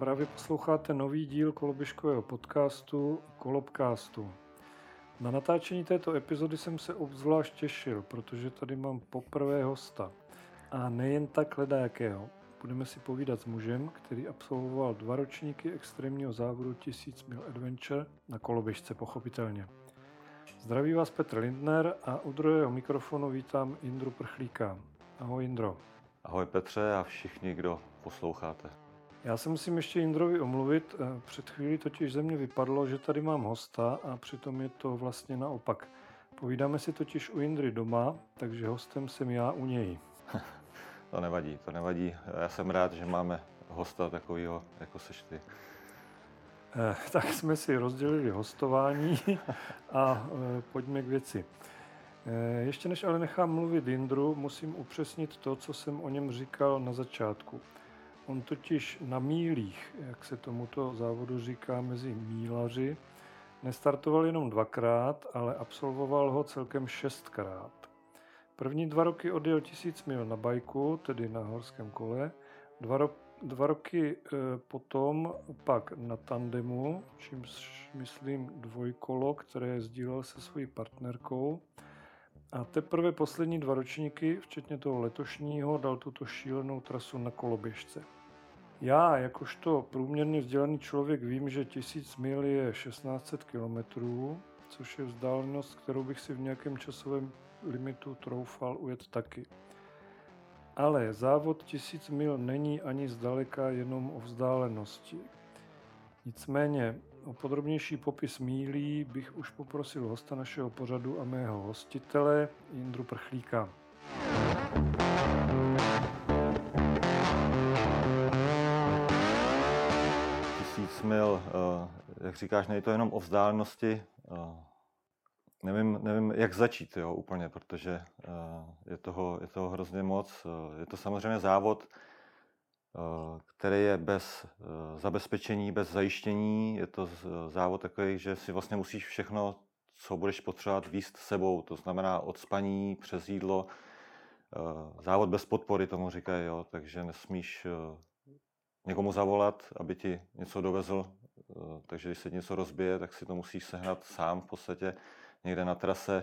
Právě posloucháte nový díl koloběžkového podcastu Kolobcastu. Na natáčení této epizody jsem se obzvlášť těšil, protože tady mám poprvé hosta. A nejen tak ledajakého. Budeme si povídat s mužem, který absolvoval 2 ročníky extrémního závodu 1000 mil adventure na koloběžce pochopitelně. Zdraví vás Petr Lindner a u druhého mikrofonu vítám Jindru Prchlíka. Ahoj Jindro. Ahoj Petře a všichni, kdo posloucháte. Já se musím ještě Jindrovi omluvit. Před chvílí totiž ze mě vypadlo, že tady mám hosta a přitom je to vlastně naopak. Povídáme si totiž u Jindry doma, takže hostem jsem já u něj. To nevadí. Já jsem rád, že máme hosta takovýho, jako seš ty. Tak jsme si rozdělili hostování a pojďme k věci. Ještě než ale nechám mluvit Jindru, musím upřesnit to, co jsem o něm říkal na začátku. On totiž na mílích, jak se tomuto závodu říká mezi mílaři, nestartoval jenom 2krát, ale absolvoval ho celkem 6krát. První 2 roky odjel 1000 mil na bajku, tedy na horském kole, 2 roky potom pak na tandemu, čímž myslím dvojkolo, které sdílel se svojí partnerkou. A teprve poslední 2 ročníky, včetně toho letošního, dal tuto šílenou trasu na koloběžce. Já, jakožto průměrně vzdělaný člověk, vím, že 1000 mil je 1600 km, což je vzdálenost, kterou bych si v nějakém časovém limitu troufal ujet taky. Ale závod 1000 mil není ani zdaleka jenom o vzdálenosti. Nicméně o podrobnější popis mílí bych už poprosil hosta našeho pořadu a mého hostitele Jindru Prchlíka. Mil, jak říkáš, není to jenom o vzdálenosti. Nevím, jak začít, jo, úplně, protože je toho hrozně moc. Je to samozřejmě závod, který je bez zabezpečení, bez zajištění. Je to závod takový, že si vlastně musíš všechno, co budeš potřebovat, vést s sebou. To znamená od spaní přes jídlo. Závod bez podpory tomu říkají, jo, takže nesmíš někomu zavolat, aby ti něco dovezl, takže když se něco rozbije, tak si to musíš sehnat sám v podstatě někde na trase.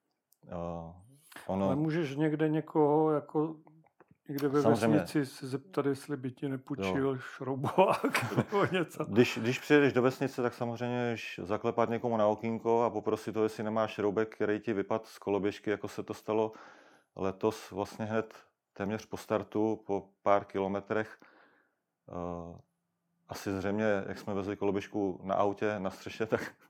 Ale můžeš někde někoho, jako někde ve vesnici se zeptat, jestli by ti nepůjčil šroubovák nebo něco. Když přijedeš do vesnice, tak samozřejmě zaklepat někomu na okýnko a poprosit to, jestli nemá šroubek, který ti vypadl z koloběžky, jako se to stalo letos vlastně hned téměř po startu, po pár kilometrech. Asi zřejmě, jak jsme vezli koloběžku na autě, na střeše,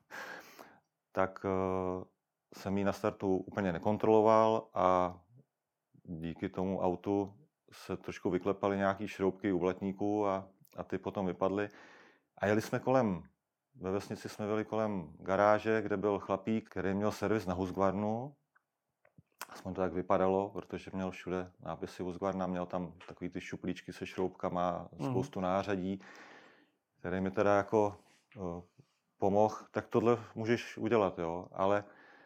tak jsem ji na startu úplně nekontroloval a díky tomu autu se trošku vyklepaly nějaký šroubky u blatníků a ty potom vypadly. A ve vesnici jsme jeli kolem garáže, kde byl chlapík, který měl servis na Husqvarnu. Aspoň to tak vypadalo, protože měl všude nápisy Husqvarna, měl tam takový ty šuplíčky se šroubkama, spoustu nářadí, který mi teda jako pomohl. Tak tohle můžeš udělat, jo, ale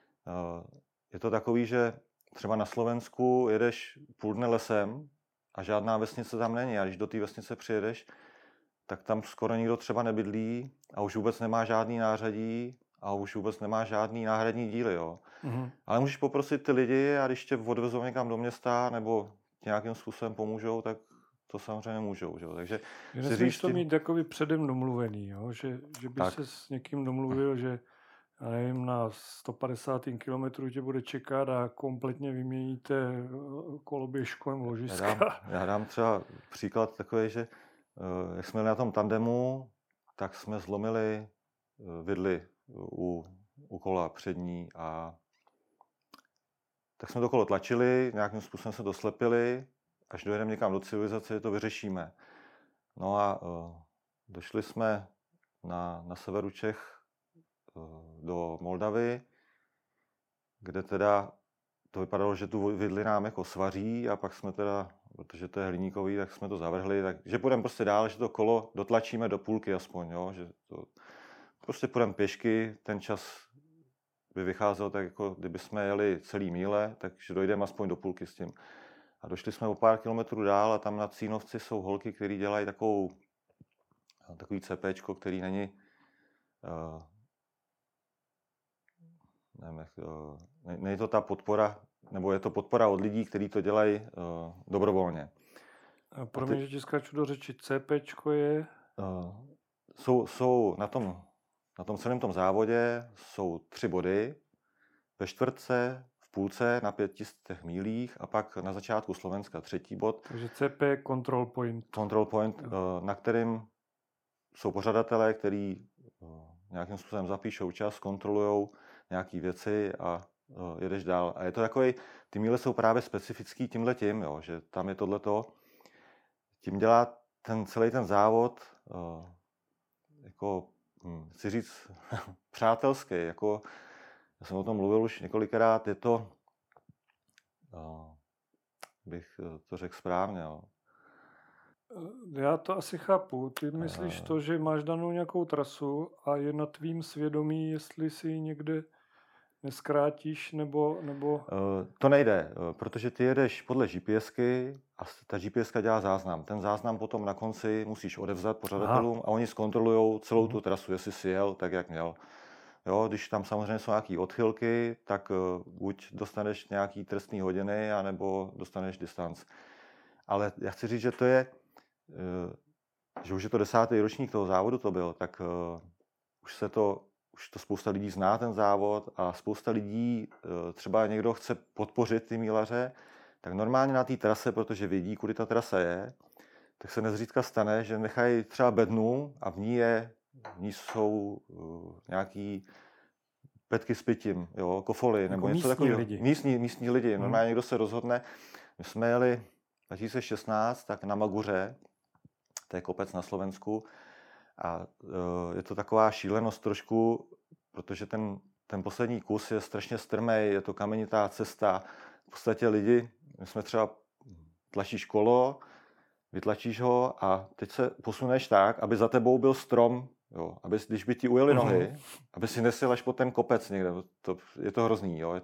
je to takový, že třeba na Slovensku jedeš půl dne lesem a žádná vesnice tam není. A když do té vesnice přijedeš, tak tam skoro nikdo třeba nebydlí a už vůbec nemá žádný nářadí a už vůbec nemá žádný náhradní díly, jo. Ale můžeš poprosit ty lidi a když tě odvezou někam do města nebo nějakým způsobem pomůžou, tak to samozřejmě můžou, že jo. Takže nesmíš to mít takový předem domluvený, jo? Že by se s někým domluvil, že já nevím, na 150. kilometru tě bude čekat a kompletně vyměníte koloběžku nebo ložiska. Já dám třeba příklad takový, že jak jsme na tom tandemu, tak jsme zlomili vidly u kola přední a tak jsme to kolo tlačili, nějakým způsobem se to slepili, až dojedeme někam do civilizace, to vyřešíme. No a došli jsme na severu Čech do Moldavy, kde teda to vypadalo, že tu vidli nám jako svaří a pak jsme teda, protože to je hliníkový, tak jsme to zavrhli, takže půjdeme prostě dál, že to kolo dotlačíme do půlky aspoň, jo, že to prostě půjdeme pěšky, ten čas by vycházel tak, jako kdyby jsme jeli celý míle, takže dojdeme aspoň do půlky s tím. A došli jsme o pár kilometrů dál a tam na Cínovci jsou holky, které dělají takovou takový CPčko, který není, nevím, není to ta podpora, nebo je to podpora od lidí, kteří to dělají dobrovolně. A pro mě, že ti skáču do řeči, CPčko je? Jsou na tom celém tom závodě jsou 3 body, ve čtvrtce, v půlce na 500 mílích a pak na začátku Slovenska 3. bod. Takže CP je control point. Control point, na kterým jsou pořadatelé, kteří nějakým způsobem zapíšou čas, kontrolují nějaké věci a jedeš dál. A je to takový, ty míle jsou právě specifický tímhletím, jo, že tam je tohleto. Tím dělá celý ten závod jako, chci říct, přátelský. Jako, já jsem o tom mluvil už několikrát, je to, bych to řekl správně. Jo. Já to asi chápu. Ty myslíš to, že máš danou nějakou trasu a je na tvým svědomí, jestli si někde neskrátíš, nebo... To nejde, protože ty jedeš podle GPSky a ta GPSka dělá záznam. Ten záznam potom na konci musíš odevzdat pořadatelům a oni zkontrolují celou tu trasu, jestli si jel tak, jak měl. Jo, když tam samozřejmě jsou nějaké odchylky, tak buď dostaneš nějaký trestný hodiny, anebo dostaneš distanc. Ale já chci říct, že to je, že už je to 10. ročník toho závodu to byl, tak už to spousta lidí zná ten závod a spousta lidí, třeba někdo chce podpořit ty mílaře, tak normálně na té trase, protože vědí, kudy ta trasa je, tak se nezřídka stane, že nechají třeba bednu a v ní jsou nějaký petky s pitím, jo, kofoly, jako nebo něco takového. Místní lidi. Normálně někdo se rozhodne. My jsme jeli 2016, tak na Maguře, to je kopec na Slovensku, a je to taková šílenost trošku, protože ten poslední kus je strašně strmej, je to kamenitá cesta. V podstatě lidi, my jsme třeba tlačíš kolo, vytlačíš ho a teď se posuneš tak, aby za tebou byl strom, jo, aby, když by ti ujeli nohy, aby si nesil až po ten kopec někde. Je to hrozný. Jo,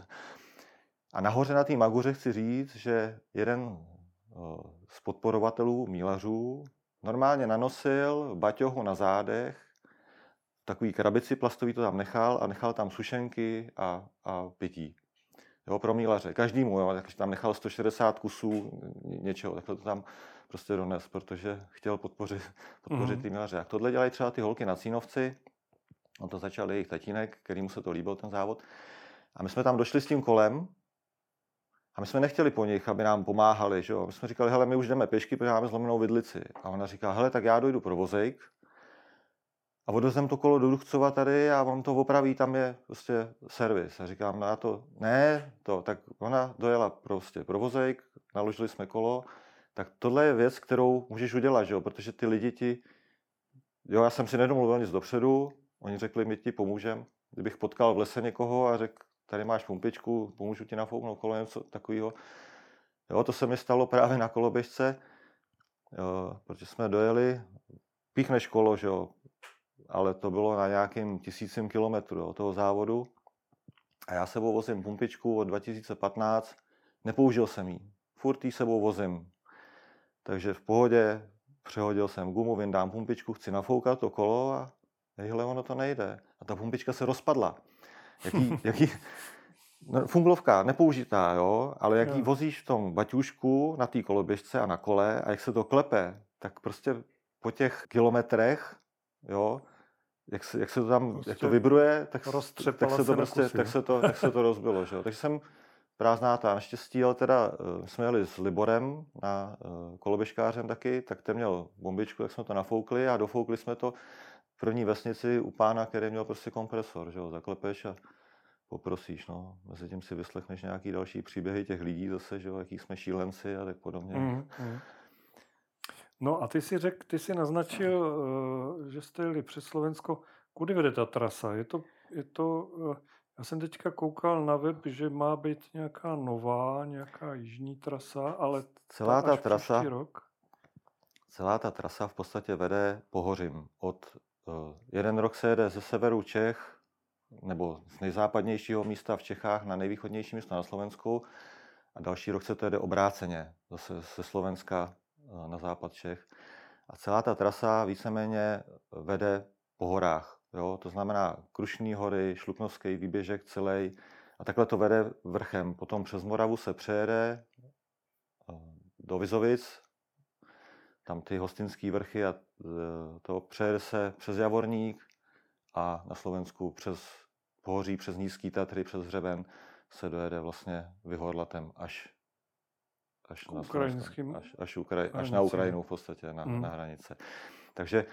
A nahoře na té Maguře chci říct, že jeden z podporovatelů mílařů normálně nanosil baťohu na zádech, takový krabici plastový to tam nechal a nechal tam sušenky a pití. Jo, pro mílaře. Každému, jo, takže tam nechal 160 kusů něčeho, takhle to tam prostě dones, protože chtěl podpořit ty mílaře. Jak tohle dělají třeba ty holky na Cínovci, on to začal jejich tatínek, kterýmu se to líbil, ten závod. A my jsme tam došli s tím kolem a my jsme nechtěli po nich, aby nám pomáhali. Že jo? My jsme říkali, hele, my už jdeme pěšky, protože máme zlomenou vidlici. A ona říká, hele, tak já dojdu pro vozejk a odvezem to kolo do Duchcova tady a on to opraví, tam je prostě servis. A říkám, no já to, tak ona dojela prostě pro vozejk, naložili jsme kolo, tak tohle je věc, kterou můžeš udělat, že jo? Protože ty lidi já jsem si nedomluvil nic dopředu, oni řekli, my ti pomůžeme. Kdybych potkal v lese někoho a řekl, tady máš pumpičku, pomůžu ti nafouknout kolo, něco takového. Jo, to se mi stalo právě na koloběžce, protože jsme dojeli, píchneš kolo, že jo, ale to bylo na nějakým 1000 kilometru toho závodu. A já sebou vozím pumpičku od 2015, nepoužil jsem ji, furt ji sebou vozím. Takže v pohodě, přehodil jsem gumu, vyndám pumpičku, chci nafoukat to kolo a hele, ono to nejde. A ta pumpička se rozpadla. Funglovka, nepoužitá, jo, ale jak ji vozíš v tom baťůžku na té koloběžce a na kole a jak se to klepe, tak prostě po těch kilometrech, jo, jak se to tam, prostě jak to vibruje, tak se to rozbilo, že jo. Takže jsem prázdnátá. Naštěstí, ale teda jsme jeli s Liborem, na koloběžkářem taky, tak ten měl bombičku, tak jsme to nafoukli a dofoukli jsme to v první vesnici u pána, který měl prostě kompresor, že jo, zaklepeš a poprosíš, no. Mezitím si vyslechneš nějaký další příběhy těch lidí zase, že jo, jaký jsme šílenci a tak podobně. No a ty jsi naznačil, že jste jeli přes Slovensko. Kudy vede ta trasa? Je to já jsem teďka koukal na web, že má být nějaká nová, nějaká jižní trasa, ale celá ta trasa v podstatě vede pohořím. Jeden rok se jede ze severu Čech, nebo z nejzápadnějšího místa v Čechách na nejvýchodnější místo na Slovensku a další rok se to jede obráceně, zase ze Slovenska na západ Čech. a celá ta trasa víceméně vede po horách. Jo? To znamená Krušný hory, Šluknovský výběžek celý a takhle to vede vrchem. Potom přes Moravu se přejede do Vizovic, tam ty hostinský vrchy a to přejede se přes Javorník a na Slovensku přes pohoří, přes Nízký Tatry, přes hřeben se dojede vlastně Vyhorlatem až na Slovensko, až na Ukrajinu v podstatě, na hranice. Takže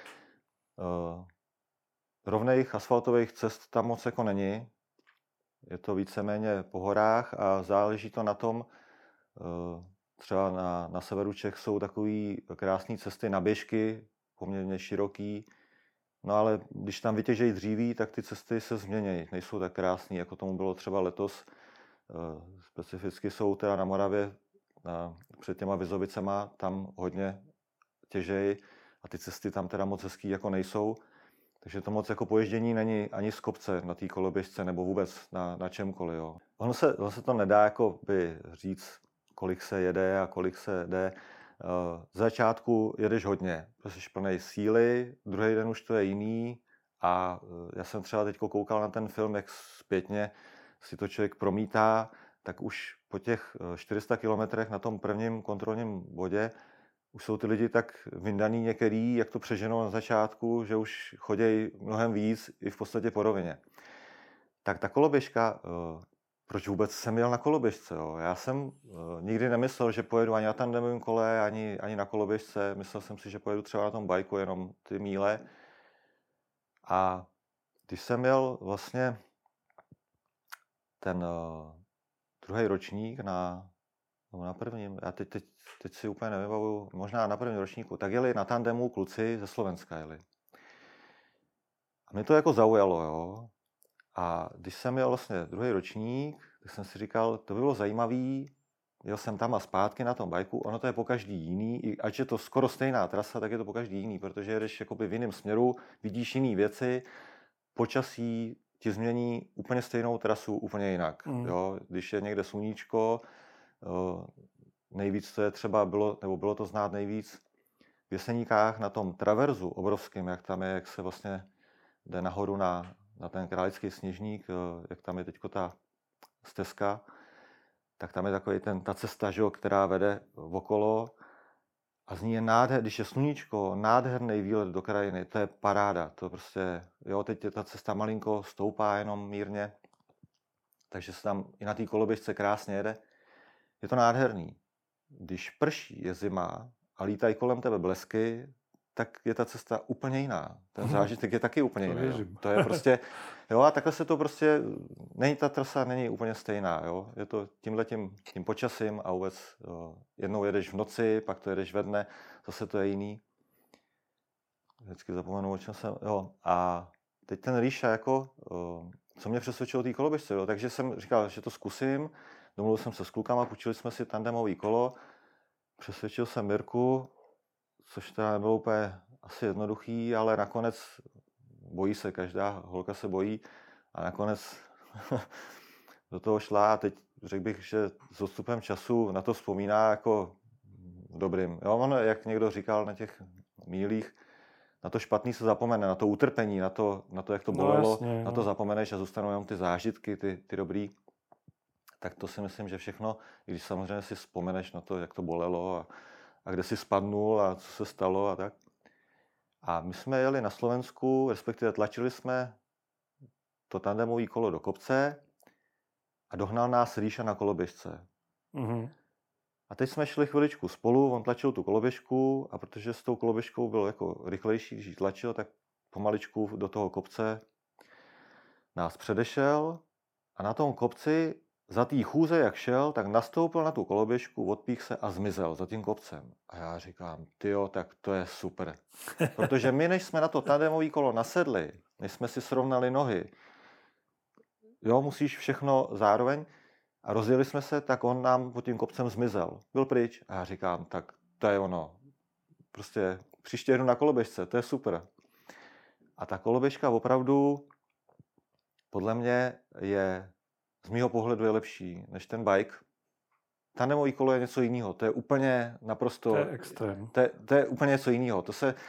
rovných asfaltových cest tam moc jako není. Je to víceméně po horách a záleží to na tom, třeba na severu Čech jsou takové krásné cesty na běžky, poměrně široký. No ale když tam vytěžejí dříví, tak ty cesty se změnějí. Nejsou tak krásné, jako tomu bylo třeba letos. Specificky jsou teda na Moravě před těma Vizovicema, tam hodně těžejí a ty cesty tam teda moc hezký jako nejsou. Takže to moc jako poježdění není ani z kopce na té koloběžce nebo vůbec na čemkoliv. Jo. Ono se to nedá jako by říct, kolik se jede a kolik se jde. Z začátku jedeš hodně, protože jsi plnej síly, druhý den už to je jiný a já jsem třeba teď koukal na ten film, jak zpětně si to člověk promítá, tak už po těch 400 kilometrech na tom prvním kontrolním bodě už jsou ty lidi tak vyndaný některý, jak to přeženou na začátku, že už chodějí mnohem víc i v podstatě po rovině. Tak ta koloběžka, proč vůbec jsem jel na koloběžce? Jo? Já jsem nikdy nemyslel, že pojedu ani na tandemovém kole, ani na koloběžce. Myslel jsem si, že pojedu třeba na tom bajku, jenom ty míle. A když jsem jel vlastně ten druhý ročník na prvním, já teď si úplně nevybavuju, možná na prvním ročníku, tak jeli na tandemu kluci ze Slovenska jeli. A mě to jako zaujalo, jo. A když jsem jel vlastně druhý ročník, tak jsem si říkal, to by bylo zajímavý, jel jsem tam a zpátky na tom bajku, ono to je po každý jiný, i ať je to skoro stejná trasa, tak je to po každý jiný, protože jedeš jakoby v jiném směru, vidíš jiný věci, počasí ti změní úplně stejnou trasu úplně jinak. Jo? Když je někde sluníčko, nejvíc to je třeba bylo to znát nejvíc v Jeseníkách na tom traverzu obrovským, jak tam je, jak se vlastně jde nahoru na ten Králický Sněžník, jak tam je teďko ta stezka, tak tam je takový ta cesta, že, která vede okolo a z ní je když je sluníčko, nádherný výlet do krajiny, to je paráda, to prostě, jo, teď je ta cesta malinko stoupá jenom mírně, takže se tam i na té koloběžce krásně jede. Je to nádherný. Když prší, je zima a lítají kolem tebe blesky, tak je ta cesta úplně jiná. Ten zážitek je taky úplně jiný. To je prostě, jo, a takhle se to prostě, ta trasa není úplně stejná, jo. Je to tím počasím a vůbec jednou jedeš v noci, pak to jedeš ve dne, zase to je jiný. Vždycky zapomenu, o čem jsem, jo. A teď ten Ríša, jako, co mě přesvědčilo té koloběžce, jo. Takže jsem říkal, že to zkusím, domluvil jsem se s klukama, půjčili jsme si tandemový kolo, přesvědčil jsem Mirku, což teda nebylo úplně asi jednoduchý, ale nakonec bojí se, každá holka se bojí a nakonec do toho šla a teď řekl bych, že s odstupem času na to vzpomíná jako dobrým. Jo, on, jak někdo říkal na těch mílích, na to špatný se zapomene, na to utrpení, na to jak to bolelo, no, jasně, na to zapomeneš a zůstanou jenom ty zážitky, ty dobrý. Tak to si myslím, že všechno, i když samozřejmě si vzpomeneš na to, jak to bolelo a kde si spadnul a co se stalo a tak. A my jsme jeli na Slovensku, respektive tlačili jsme to tandemové kolo do kopce a dohnal nás Ríša na koloběžce. Mm-hmm. A teď jsme šli chviličku spolu, on tlačil tu koloběžku a protože s tou koloběžkou byl jako rychlejší, když ji tlačil, tak pomaličku do toho kopce nás předešel a na tom kopci za té chůze, jak šel, tak nastoupil na tu koloběžku, odpích se a zmizel za tím kopcem. A já říkám, tyjo, tak to je super. Protože my, než jsme na to tandemové kolo nasedli, než jsme si srovnali nohy, jo, musíš všechno zároveň, a rozjeli jsme se, tak on nám pod tím kopcem zmizel. Byl pryč. A já říkám, tak to je ono. Prostě příště jedu na koloběžce, to je super. A ta koloběžka opravdu podle mě je z mýho pohledu je lepší než ten bike. Tandemový kolo je něco jiného. To je úplně naprosto... To je extrém. To je úplně něco jiného. To se...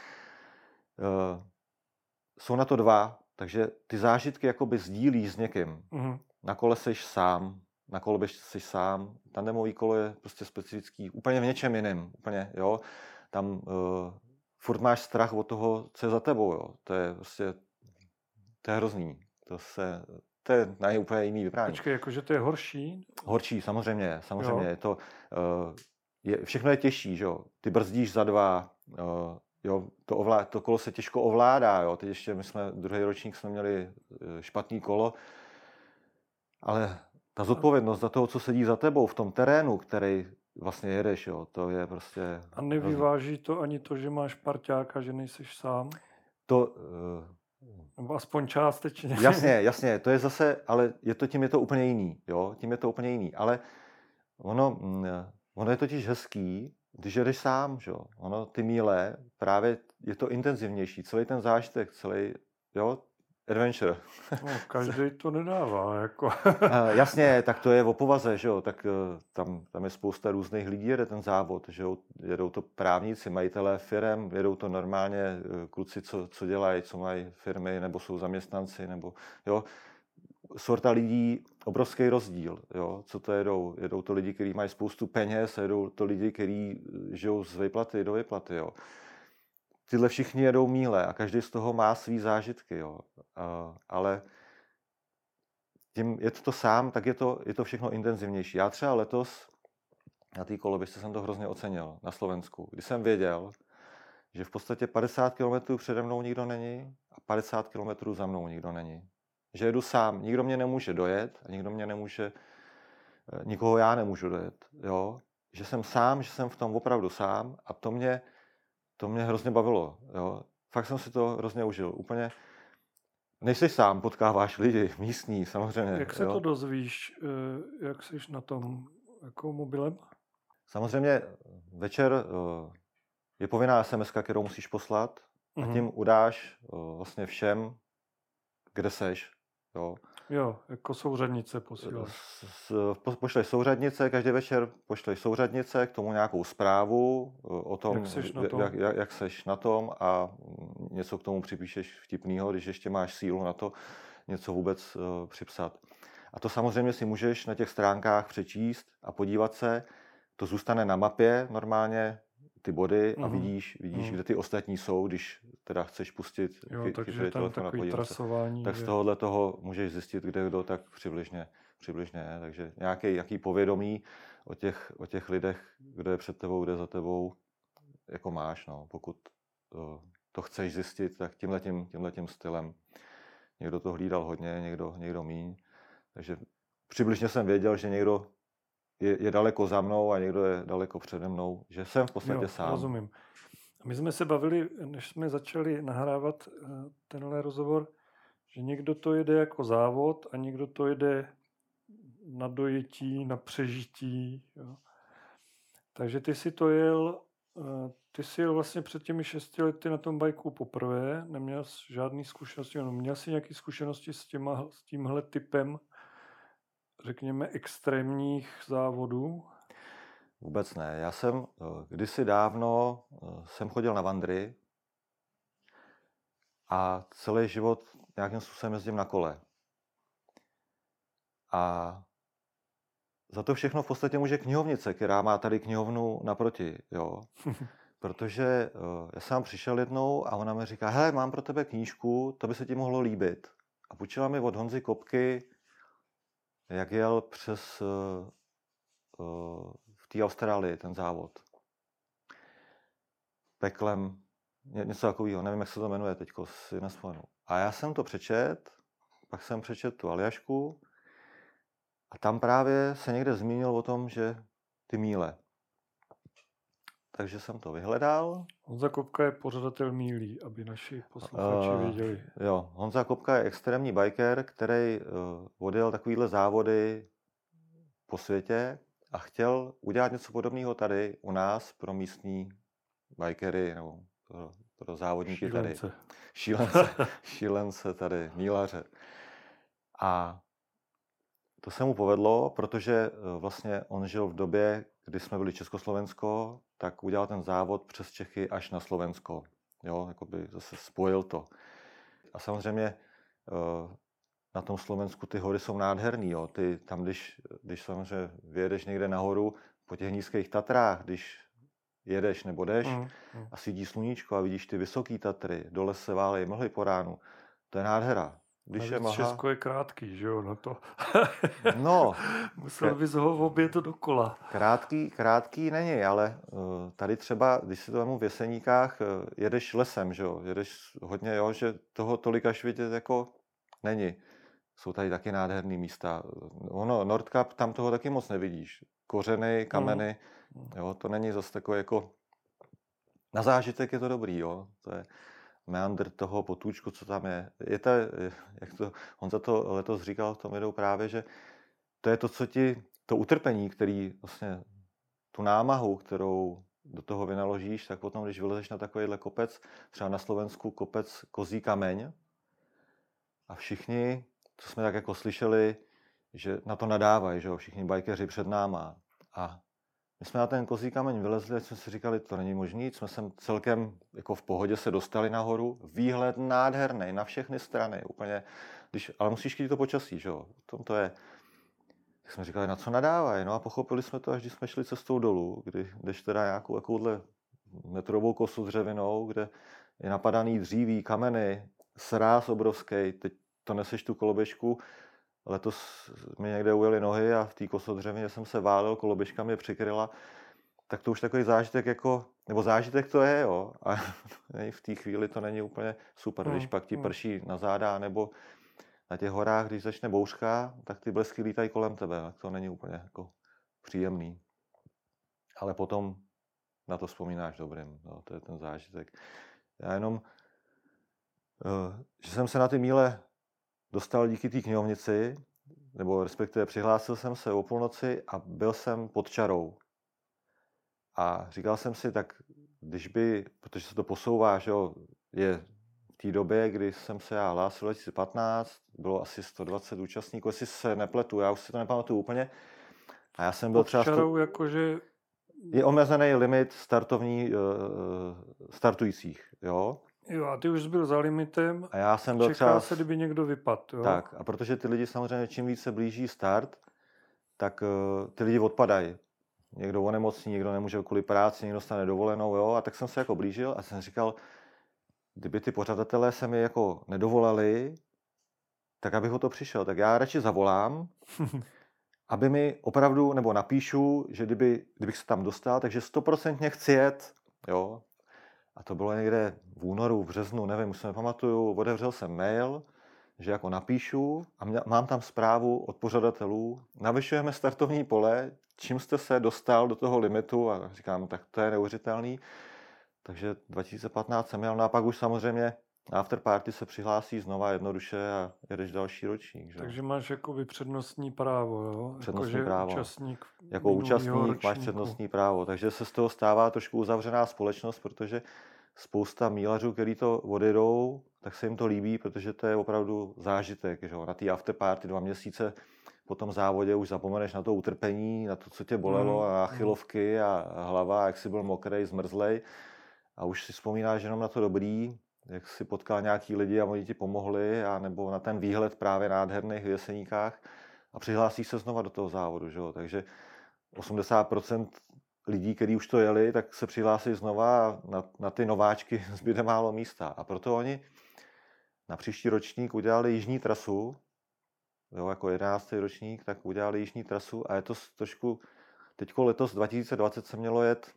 Jsou na to dva, takže ty zážitky jakoby sdílíš s někým. Na kole seš sám, na koloběžce seš sám. Tandemový kolo je prostě specifický, úplně v něčem jiném. Úplně, jo. Tam furt máš strach od toho, co je za tebou, jo. To je prostě... To je hrozný. To je na úplně jiný vyprávění. Počkej, jakože to je horší? Horší, samozřejmě. Je to, všechno je těžší, že jo. Ty brzdíš za dva, jo, to kolo se těžko ovládá, jo. Teď ještě druhý ročník jsme měli špatný kolo, ale ta zodpovědnost za toho, co sedí za tebou v tom terénu, který vlastně jedeš, jo, to je prostě... A nevyváží to ani to, že máš parťáka, že nejseš sám? Nebo aspoň částečně. Jasně, to je zase, ale tím je to úplně jiný, jo, ale ono je totiž hezký, když jedeš sám, jo, ty míle, právě je to intenzivnější, celý ten zážitek, jo, adventure. No, každý to nedává, jako. Jasně, tak to je o povaze, že jo, tak tam je spousta různých lidí, jede ten závod, že jo, jedou to právníci, majitelé firem, jedou to normálně kluci, co dělají, co mají firmy, nebo jsou zaměstnanci, nebo, jo, sorta lidí, obrovský rozdíl, jo, co to jedou. Jedou to lidi, kteří mají spoustu peněz, jedou to lidi, kteří žijou z výplaty do výplaty, jo. Tyhle všichni jedou míle a každý z toho má svý zážitky, jo. Ale tím jet to sám, tak je to všechno intenzivnější. Já třeba letos na té koloběžce jsem to hrozně ocenil na Slovensku, kdy jsem věděl, že v podstatě 50 km přede mnou nikdo není a 50 km za mnou nikdo není. Že jedu sám, nikdo mě nemůže dojet a nikoho já nemůžu dojet, jo. Že jsem sám, že jsem v tom opravdu sám a to mě hrozně bavilo, jo. Fakt jsem si to hrozně užil. Úplně nejsi sám, potkáváš lidi, místní, samozřejmě. Jak se to dozvíš, jak jsi na tom jako mobilem? Samozřejmě večer je povinná SMS, kterou musíš poslat a tím udáš vlastně všem, kde seš, jo. Jo, jako souřadnice posíláš. Pošleš souřadnice, každý večer pošleš souřadnice, k tomu nějakou zprávu o tom, jak seš na tom a něco k tomu připíšeš vtipnýho, když ještě máš sílu na to něco vůbec připsat. A to samozřejmě si můžeš na těch stránkách přečíst a podívat se, to zůstane na mapě normálně, ty body a vidíš, kde ty ostatní jsou, když teda chceš pustit chytrý telefon a podívat se. Tak z tohohle toho můžeš zjistit, kde kdo tak přibližně je. Takže nějaký povědomí o těch lidech, kdo je před tebou, kdo je za tebou, jako máš, no. Pokud to chceš zjistit, tak tímhletím stylem. Někdo to hlídal hodně, někdo míň. Takže přibližně jsem věděl, že někdo je daleko za mnou a někdo je daleko přede mnou, že jsem v podstatě sám. Rozumím. My jsme se bavili, než jsme začali nahrávat tenhle rozhovor, že někdo to jede jako závod a někdo to jede na dojetí, na přežití. Jo. Takže ty si jel vlastně před těmi 6 lety na tom bajku poprvé, neměl jsi žádný zkušenosti, měl jsi nějaké zkušenosti s tímhle typem, řekněme, extrémních závodů? Vůbec ne. Já jsem kdysi dávno chodil na vandry a celý život nějakým způsobem jezdím na kole. A za to všechno v podstatě může knihovnice, která má tady knihovnu naproti, jo. Protože já jsem přišel jednou a ona mi říká, hele, mám pro tebe knížku, to by se ti mohlo líbit. A půjčila mi od Honzy Kopky, jak jel přes v té Austrálii ten závod. Peklem, něco takového, nevím, jak se to jmenuje teďko, si nespomenu. A já jsem to přečet, pak jsem přečet tu Aljašku a tam právě se někde zmínil o tom, že ty míle. Takže jsem to vyhledal. Honza Kopka je pořadatel mílí, aby naši posluchači věděli. Jo, Honza Kopka je extrémní biker, který odjel takovýhle závody po světě a chtěl udělat něco podobného tady u nás pro místní bikery nebo pro závodníky tady. Šílence tady, mílaře. A To se mu povedlo, protože vlastně on žil v době, kdy jsme byli Československo, tak udělal ten závod přes Čechy až na Slovensko. Jo, jakoby zase spojil to. A samozřejmě na tom Slovensku ty hory jsou nádherný. Jo. Ty tam, když samozřejmě vyjedeš někde nahoru po těch nízkých Tatrách, když jedeš nebo jdeš a svítí sluníčko a vidíš ty vysoký Tatry, dole se válejí mlhy po ránu, to je nádhera. Když je mlha... Česko je krátký, že jo, na to. No. Musel bys ho objet dokola. Krátký není, ale tady třeba, když si to vemu v Jeseníkách, jedeš lesem, že jo, jedeš hodně, jo, že toho tolik až vidět jako není. Jsou tady taky nádherný místa. Ono, Nordkap, tam toho taky moc nevidíš. Kořeny, kameny, jo, to není zase takové jako... Na zážitek je to dobrý, jo, to je meandr toho potůčku, co tam je. Jak to, Honza to letos říkal v tom videu právě, že to je to, co ti, to utrpení, který vlastně, tu námahu, kterou do toho vynaložíš, tak potom, když vylezeš na takovýhle kopec, třeba na Slovensku kopec Kozí kameň, a všichni, co jsme tak jako slyšeli, že na to nadávají, že jo, všichni bajkeři před náma. A my jsme na ten Kozí kameň vylezli a jsme si říkali, to není možný, jsme sem celkem jako v pohodě se dostali nahoru, výhled nádherný na všechny strany, úplně, ale musíš chytit to počasí, že jo, v tom to je. Tak jsme říkali, na co nadávají, no a pochopili jsme to, až když jsme šli cestou dolů, kdy jdeš teda nějakou takovouhle metrovou kosu dřevinou, kde je napadaný dříví, kameny, sráz obrovský, teď to neseš tu koloběžku. Letos mi někde ujeli nohy a v té kosodřevině jsem se válel, koloběžka mě přikryla. Tak to už takový zážitek jako, nebo zážitek to je, jo. A v té chvíli to není úplně super, když pak ti prší na záda, nebo na těch horách, když začne bouřka, tak ty blesky lítají kolem tebe, tak to není úplně jako příjemný. Ale potom na to vzpomínáš dobrým, no, to je ten zážitek. Já jenom, že jsem se na ty míle dostal díky té knihovnici, nebo respektive přihlásil jsem se o půlnoci a byl jsem pod čarou. A říkal jsem si, tak protože se to posouvá, že jo, je v té době, kdy jsem se já hlásil 2015, bylo asi 120 účastníků, jestli se nepletu, já už si to nepamatuju úplně. A já jsem byl pod čarou jakože... Je omezený limit startujících, jo. Jo, a ty už byl za limitem. A já jsem byl čekal se, kdyby někdo vypadl, jo. Tak, a protože ty lidi samozřejmě čím víc se blíží start, tak ty lidi odpadají. Někdo onemocní, někdo nemůže kvůli práci, někdo stane dovolenou, jo. A tak jsem se jako blížil a jsem říkal, kdyby ty pořadatelé se mi jako nedovolali, tak abych o to přišel. Tak já radši zavolám, aby mi opravdu, nebo napíšu, že kdybych se tam dostal, takže 100% chci jet, jo. A to bylo někde v únoru, v březnu, nevím, už se nepamatuju, otevřel jsem mail, že jako napíšu a mám tam zprávu od pořadatelů, navyšujeme startovní pole, čím jste se dostal do toho limitu a říkám, tak to je neuvěřitelný. Takže 2015 jsem jel, no a pak už samozřejmě afterparty se přihlásí znova jednoduše a jedeš další ročník. Že? Takže máš jakoby přednostní právo, jo? Přednostní právo. Jako účastník máš přednostní právo, takže se z toho stává trošku uzavřená společnost, protože spousta mílařů, kteří to odjedou, tak se jim to líbí, protože to je opravdu zážitek. Že? Na té afterparty 2 měsíce po tom závodě už zapomeneš na to utrpení, na to, co tě bolelo, a chylovky a hlava, jak jsi byl mokrej, zmrzlej. A už si vzpomínáš jenom na to dobrý, jak si potkal nějaký lidi a oni ti pomohli, a nebo na ten výhled právě nádherných v Jeseníkách a přihlásíš se znova do toho závodu. Že? Takže 80% lidí, kteří už to jeli, tak se přihlásí znova a na ty nováčky zbyde málo místa. A proto oni na příští ročník udělali jižní trasu, jo, jako 11. ročník, tak udělali jižní trasu a je to trošku, teďko letos 2020 se mělo jet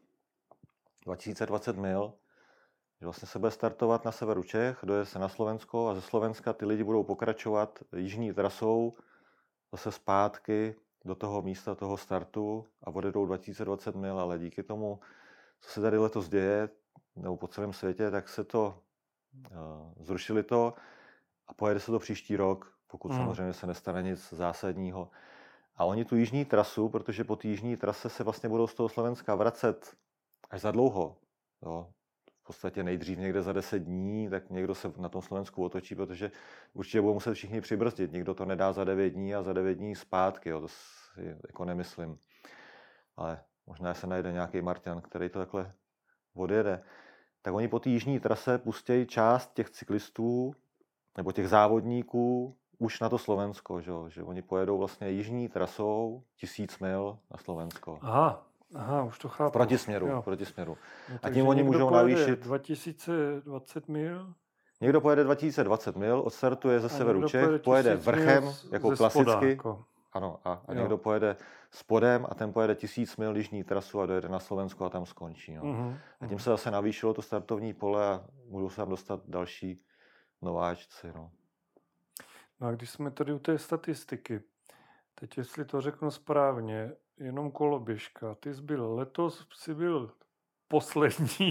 2020 mil, že vlastně se bude startovat na severu Čech, dojede se na Slovensko a ze Slovenska ty lidi budou pokračovat jižní trasou zase zpátky do toho místa toho startu a odjedou 2020 mil, ale díky tomu, co se tady letos děje, nebo po celém světě, tak se to zrušili to a pojede se to příští rok, pokud samozřejmě se nestane nic zásadního. A oni tu jižní trasu, protože po té jižní trase se vlastně budou z toho Slovenska vracet až za dlouho. Jo. v podstatě nejdřív někde za 10 dní, tak někdo se na tom Slovensku otočí, protože určitě budou muset všichni přibrzdit. Nikdo to nedá za 9 dní a za 9 dní zpátky, jo, to si jako nemyslím. Ale možná se najde nějaký Marťan, který to takhle odjede. Tak oni po té jižní trase pustějí část těch cyklistů nebo těch závodníků už na to Slovensko, že oni pojedou vlastně jižní trasou 1000 mil na Slovensko. Aha, už to chápu. Protisměru. No, A tím oni můžou navýšit 2020 mil. Někdo pojede 2020 mil, odstartuje ze severu Čech, pojede vrchem, jako klasicky. Jako. Ano, a někdo pojede spodem a ten pojede 1000 mil jižní trasu a dojede na Slovensko a tam skončí. No. A tím se zase navýšilo to startovní pole a můžou se tam dostat další nováčci. No. No a když jsme tady u té statistiky, teď jestli to řeknu správně, jenom koloběžka, ty jsi byl letos, jsi byl poslední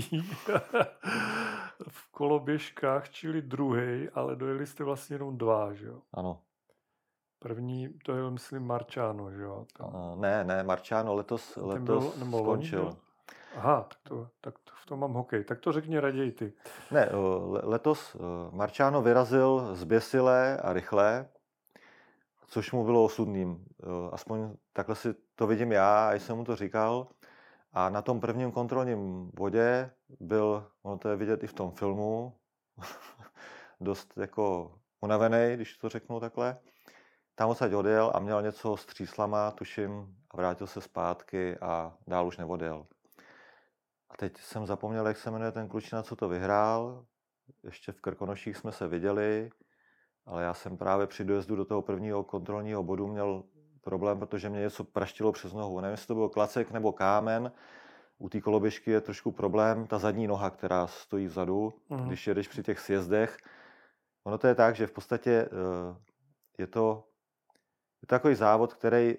v koloběžkách, čili druhý, ale dojeli jste vlastně jenom 2, že jo? Ano. První, to je, myslím, Marciano, že jo? Ne, Marciano letos skončil. Aha, tak v tom mám hokej. Tak to řekni raději ty. Ne, letos Marciano vyrazil zběsile a rychle, což mu bylo osudným. Aspoň takhle si to vidím já, a jsem mu to říkal. A na tom prvním kontrolním bodě byl, ono to je vidět i v tom filmu, dost jako unavený, když to řeknu takhle. Tam odsaď odjel a měl něco s tříslama, tuším, a vrátil se zpátky a dál už neodjel. A teď jsem zapomněl, jak se jmenuje ten klučina, co to vyhrál. Ještě v Krkonoších jsme se viděli, ale já jsem právě při dojezdu do toho prvního kontrolního bodu měl problém, protože mě něco praštilo přes nohu. Nevím, jestli to byl klacek nebo kámen. U té koloběžky je trošku problém ta zadní noha, která stojí vzadu, když jedeš při těch sjezdech. Ono to je tak, že v podstatě je to takový závod, který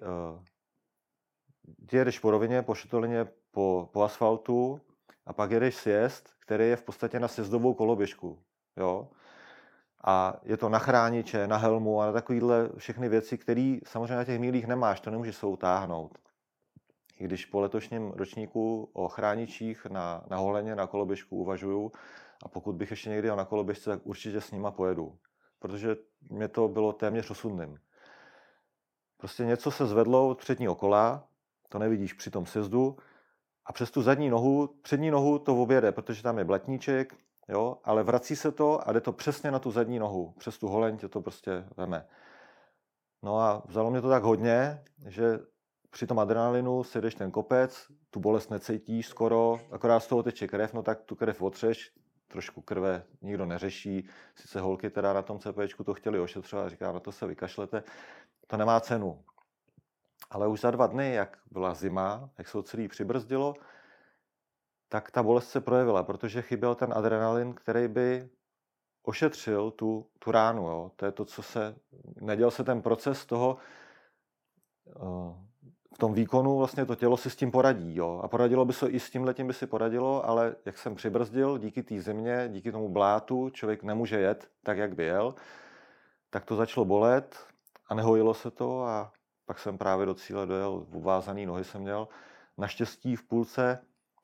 ty jedeš po rovině, po šotolině, po asfaltu a pak jedeš sjezd, který je v podstatě na sjezdovou koloběžku. Jo? A je to na chrániče, na helmu a na takovýhle všechny věci, které samozřejmě na těch mílích nemáš, to nemůžeš se utáhnout. I když po letošním ročníku o chráničích na holeně, na koloběžku uvažuju a pokud bych ještě někdy jel na koloběžce, tak určitě s nima pojedu. Protože mě to bylo téměř osudným. Prostě něco se zvedlo od předního kola, to nevidíš při tom sjezdu, a přes tu zadní nohu, přední nohu to objede, protože tam je blatníček, jo, ale vrací se to a jde to přesně na tu zadní nohu. Přes tu holeň tě to prostě veme. No a vzalo mě to tak hodně, že při tom adrenalinu si jdeš ten kopec, tu bolest necítíš skoro, akorát z toho teče krev, no tak tu krev otřeš, trošku krve nikdo neřeší. Sice holky teda na tom CPčku to chtěli ošetřovat, říkám, na to se vykašlete, to nemá cenu. Ale už za 2 dny, jak byla zima, jak se to celý přibrzdilo, tak ta bolest se projevila, protože chyběl ten adrenalin, který by ošetřil tu ránu. Jo. To je to, co se... Neděl se ten proces toho... V tom výkonu vlastně to tělo si s tím poradí. Jo. A poradilo by se i s tímhletím by si poradilo, ale jak jsem přibrzdil, díky té zimě, díky tomu blátu, člověk nemůže jet tak, jak by jel, tak to začalo bolet a nehojilo se to a pak jsem právě do cíle dojel, uvázaný nohy jsem měl. Naštěstí v půlce,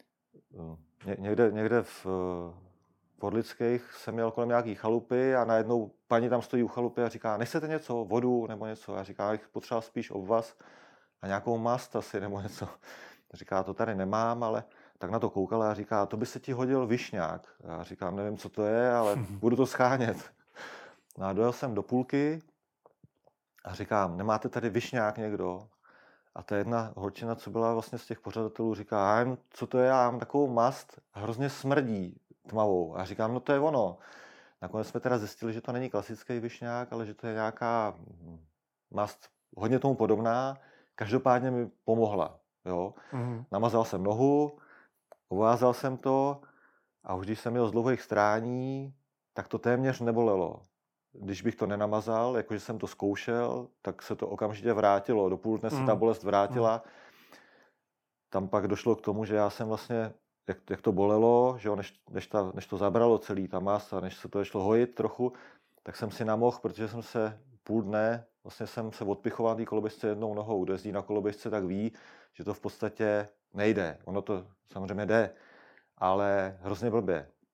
někde v Orlických jsem měl kolem nějaký chalupy a najednou paní tam stojí u chalupy a říká, nechcete něco, vodu nebo něco? Já říkám, bych potřeboval spíš obvaz a nějakou mast asi nebo něco. Říká, to tady nemám, ale tak na to koukala a říká, to by se ti hodil višňák. Já říkám, nevím, co to je, ale budu to schánět. No a dojel jsem do půlky a říkám, nemáte tady višňák někdo? A ta jedna holčina, co byla vlastně z těch pořadatelů, říká, já jim, co to je, já mám takovou mast a hrozně smrdí tmavou. A říkám, no to je ono. Nakonec jsme teda zjistili, že to není klasický višňák, ale že to je nějaká mast hodně tomu podobná. Každopádně mi pomohla. Jo? Namazal jsem nohu, uvázal jsem to a už když jsem měl z dlouhých strání, tak to téměř nebolelo. Když bych to nenamazal, jakože jsem to zkoušel, tak se to okamžitě vrátilo. Do půl dne se ta bolest vrátila. Tam pak došlo k tomu, že já jsem vlastně, jak to bolelo, že než to zabralo celý ta masa, než se to šlo hojit trochu, tak jsem si namohl, protože jsem se půl dne, vlastně jsem se odpichoval té koloběžce jednou nohou. Kdo jezdí na koloběžce, tak ví, že to v podstatě nejde. Ono to samozřejmě jde, ale hrozně blbě.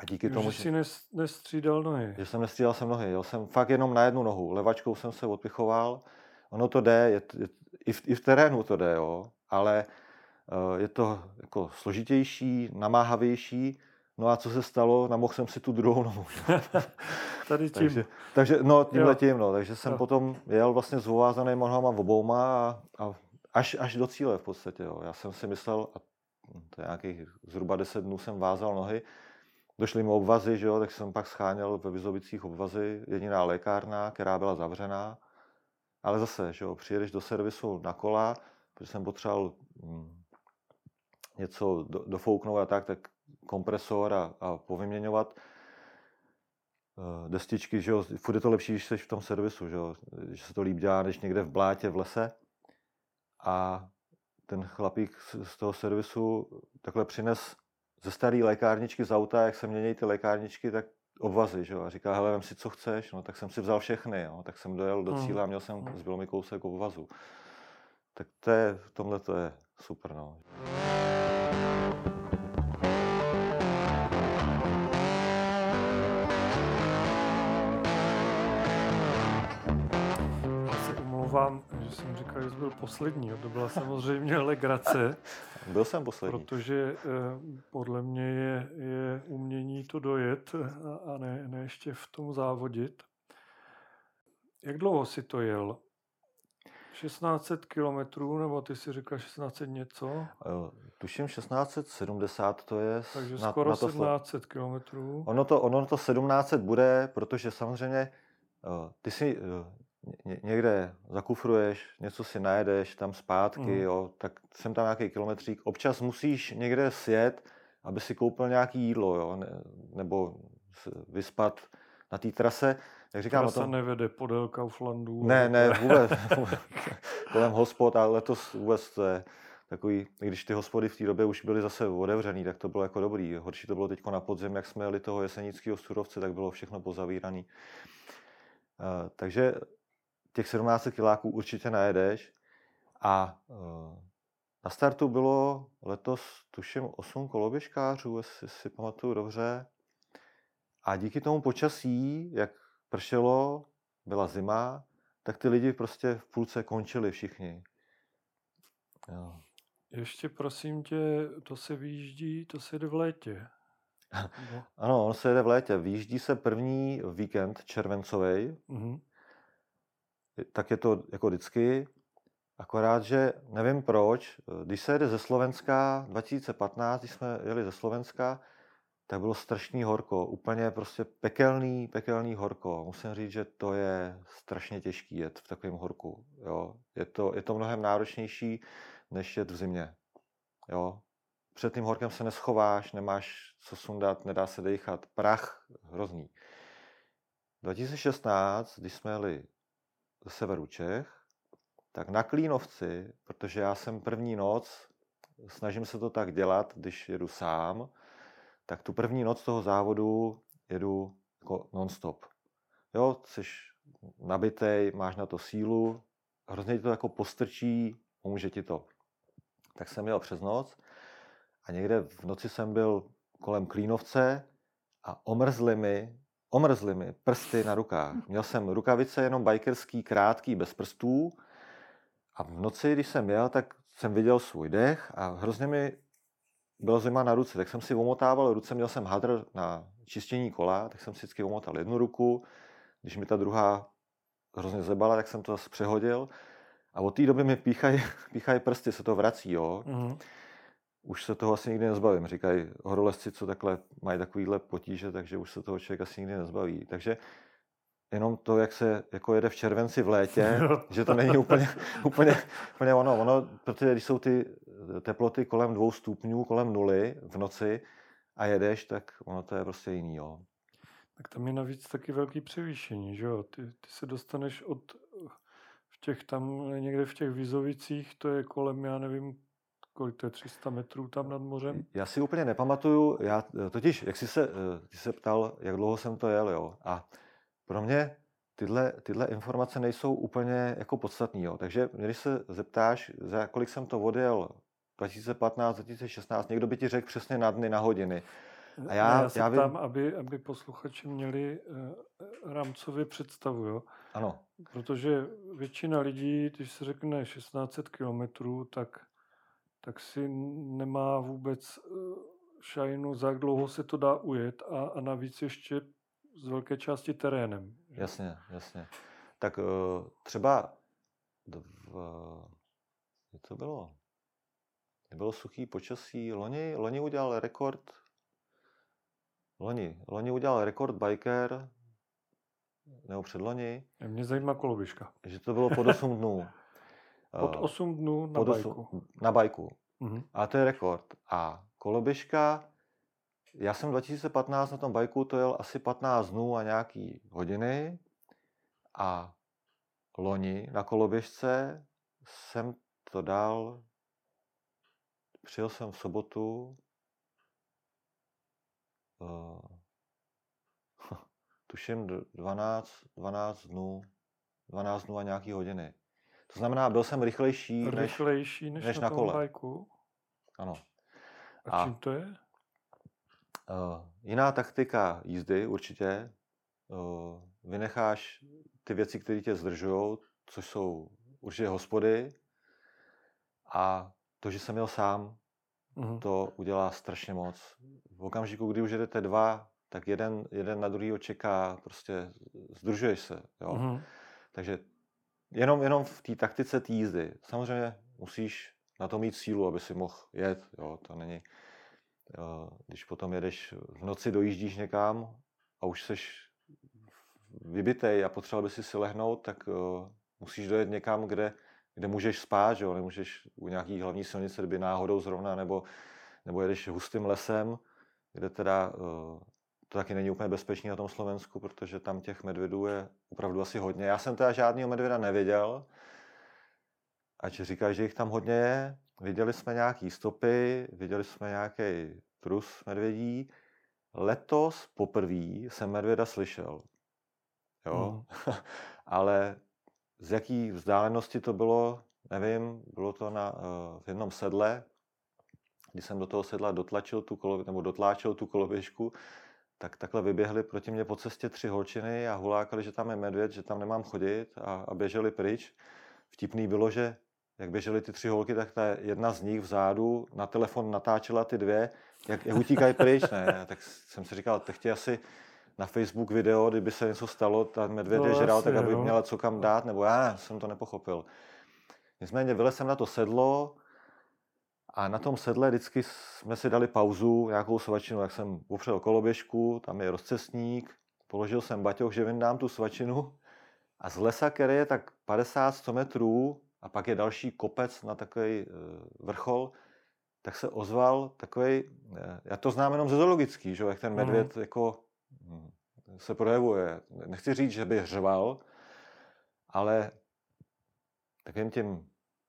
A díky tomu, že si nestřídal nohy. Že jsem nestřídal jsem nohy, jel jsem fakt jenom na jednu nohu. Levačkou jsem se odpichoval. Ono to jde, i v terénu to jde, jo, ale je to jako složitější, namáhavější. No a co se stalo? Namohl jsem si tu druhou nohu. Tady tím. Takže no, tímhletím, no. Takže jsem potom jel vlastně s ovázanýma nohama obouma a až do cíle v podstatě, jo. Já jsem si myslel, a to je nějakých zhruba 10 dnů jsem vázal nohy, došly mi obvazy, že jo, tak jsem pak scháněl ve Vizovicích obvazy, jediná lékárna, která byla zavřená. Ale zase, že jo, přijedeš do servisu na kola, protože jsem potřeboval něco dofouknout a tak kompresor a povyměňovat destičky, že jo, furt je to lepší, když jsi v tom servisu, že jo, že se to líp dělá, než někde v blátě, v lese. A ten chlapík z toho servisu takhle přines ze staré lékárničky z auta, jak se mění ty lékárničky, tak obvazy, že jo, a říká, hele, vem si, co chceš, no, tak jsem si vzal všechny, jo, tak jsem dojel do cíle a zbylo mi kousek obvazu. Tak tomhle to je super, no. Vám, že jsem říkal, že jsi byl poslední. To byla samozřejmě legrace. Byl jsem poslední. Protože podle mě je umění to dojet a ne ještě v tom závodit. Jak dlouho si to jel? 1600 kilometrů, nebo ty si říkal 1600 něco? Tuším 1670 to je. Takže skoro 1700 kilometrů. Ono to 1700 bude, protože samozřejmě ty si někde zakufruješ, něco si najedeš, tam zpátky, jo, tak jsem tam nějaký kilometřík. Občas musíš někde sjet, aby si koupil nějaký jídlo, jo, nebo vyspat na té trase. Jak říkám, trasa nevede podél Kauflandů. Ne, vůbec. Kolem hospod, ale letos vůbec to je takový, i když ty hospody v té době už byly zase otevřený, tak to bylo jako dobrý. Horší to bylo teď na podzim, jak jsme jeli toho Jesenického Surovce, tak bylo všechno pozavíraný. Takže těch 17 kiláků určitě najedeš a na startu bylo letos, tuším, 8 koloběžkářů, jestli si pamatuju dobře. A díky tomu počasí, jak pršelo, byla zima, tak ty lidi prostě v půlce končili všichni. Jo. Ještě prosím tě, to se jede v létě. Ano, on se jede v létě. Vyjíždí se první víkend červencovej. Tak je to jako vždycky. Akorát, že nevím proč, když se jede ze Slovenska 2015, když jsme jeli ze Slovenska, tak bylo strašný horko. Úplně prostě pekelný horko. Musím říct, že to je strašně těžký jet v takovém horku. Jo. Je to mnohem náročnější, než jet v zimě. Jo. Před tím horkem se neschováš, nemáš co sundat, nedá se dejchat. Prach, hrozný. 2016, když jsme jeli ze severu Čech, tak na Klínovci, protože já jsem první noc, snažím se to tak dělat, když jedu sám, tak tu první noc toho závodu jedu jako non-stop. Jo, jsi nabitej, máš na to sílu, hrozně ti to jako postrčí, pomůže ti to. Tak jsem jel přes noc a někde v noci jsem byl kolem Klínovce a omrzly mi prsty na rukách. Měl jsem rukavice jenom bikerský, krátký, bez prstů a v noci, když jsem jel, tak jsem viděl svůj dech a hrozně mi byla zima na ruce, tak jsem si omotával ruce, měl jsem hadr na čištění kola, tak jsem si vždycky omotal jednu ruku, když mi ta druhá hrozně zebala, tak jsem to zase přehodil a od té doby mi píchají prsty, se to vrací, jo. Už se toho asi nikdy nezbavím. Říkají horolezci, co takhle mají takovýhle potíže, takže už se toho člověk asi nikdy nezbaví. Takže jenom to, jak se jako jede v červenci v létě, že to není úplně ono, protože když jsou ty teploty kolem 2 stupňů, kolem 0 v noci a jedeš, tak ono to je prostě jiný, jo. Tak tam je navíc taky velký převýšení, že jo? Ty se dostaneš někde v těch Vizovicích, to je kolem, já nevím, kolik to je, 300 metrů tam nad mořem? Já si úplně nepamatuju, totiž, jak jsi se ptal, jak dlouho jsem to jel, jo, a pro mě tyhle informace nejsou úplně jako podstatný, jo, takže když se zeptáš, za kolik jsem to odjel, 2015, 2016, někdo by ti řekl přesně na dny, na hodiny, A Já se já ptám, vím, aby posluchači měli rámcově představu, jo? ano, Protože většina lidí, když se řekne 1600 kilometrů, tak si nemá vůbec šajnu, za jak dlouho se to dá ujet a navíc ještě z velké části terénem. Že? jasně. Tak třeba kdy to bylo? Bylo suchý počasí. Loni udělal rekord. Loni udělal rekord biker, nebo předloni, Mě zajímá koloběžka. že to bylo pod 8 dnů. Pod 8 dnů na Pod bajku. Na bajku. Mhm. A to je rekord. A koloběžka, já jsem 2015 na tom bajku to jel asi 15 dnů a nějaký hodiny. A loni na koloběžce jsem to dal, přijel jsem v sobotu, tuším 12 dnů a nějaký hodiny. To znamená, byl jsem rychlejší než na tom kole. bajku. Ano. A čím to je? Jiná taktika jízdy určitě. Vynecháš ty věci, které tě zdržují, což jsou určitě hospody. A to, že jsem jel sám, to udělá strašně moc. V okamžiku, kdy už jedete dva, tak jeden na druhýho čeká, prostě združuješ se. Jo? Takže jenom v té taktice té jízdy. Samozřejmě musíš na to mít sílu, aby si mohl jet. Jo? To není, když potom jedeš v noci, dojíždíš někam a už seš vybitej a potřeboval by si lehnout, tak musíš dojet někam, kde můžeš spát, jo? Nemůžeš u nějaký hlavní silnice, kdyby náhodou zrovna, nebo jedeš hustým lesem, kde teda to taky není úplně bezpečný na tom Slovensku, protože tam těch medvědů je opravdu asi hodně. Já jsem teda žádnýho medvěda neviděl, ať říkáš, že jich tam hodně je. Viděli jsme nějaký stopy, viděli jsme nějaký trus medvědí. Letos poprvé jsem medvěda slyšel. Jo? Ale z jaký vzdálenosti to bylo, nevím, bylo to v jednom sedle, když jsem do toho sedla dotláčel tu koloběžku, tak takhle vyběhly proti mě po cestě 3 holčiny a hulákali, že tam je medvěd, že tam nemám chodit a běželi pryč. Vtipný bylo, že jak běžely ty 3 holky, tak ta jedna z nich vzadu na telefon natáčela ty 2, jak utíkají pryč, ne? Tak jsem si říkal, teď chtějí asi na Facebook video, kdyby se něco stalo, ta medvěd je žral, tak aby měla co kam dát, nebo já jsem to nepochopil. Nicméně vylez jsem na to sedlo a na tom sedle vždycky jsme si dali pauzu, nějakou svačinu, jak jsem opřel koloběžku, tam je rozcestník, položil jsem baťoch, že vyndám tu svačinu a z lesa, který je tak 50-100 metrů a pak je další kopec na takový vrchol, tak se ozval takový, já to znám jenom ze zoologický, že? Jak ten medvěd jako se projevuje. Nechci říct, že by hřval, ale takovým tím,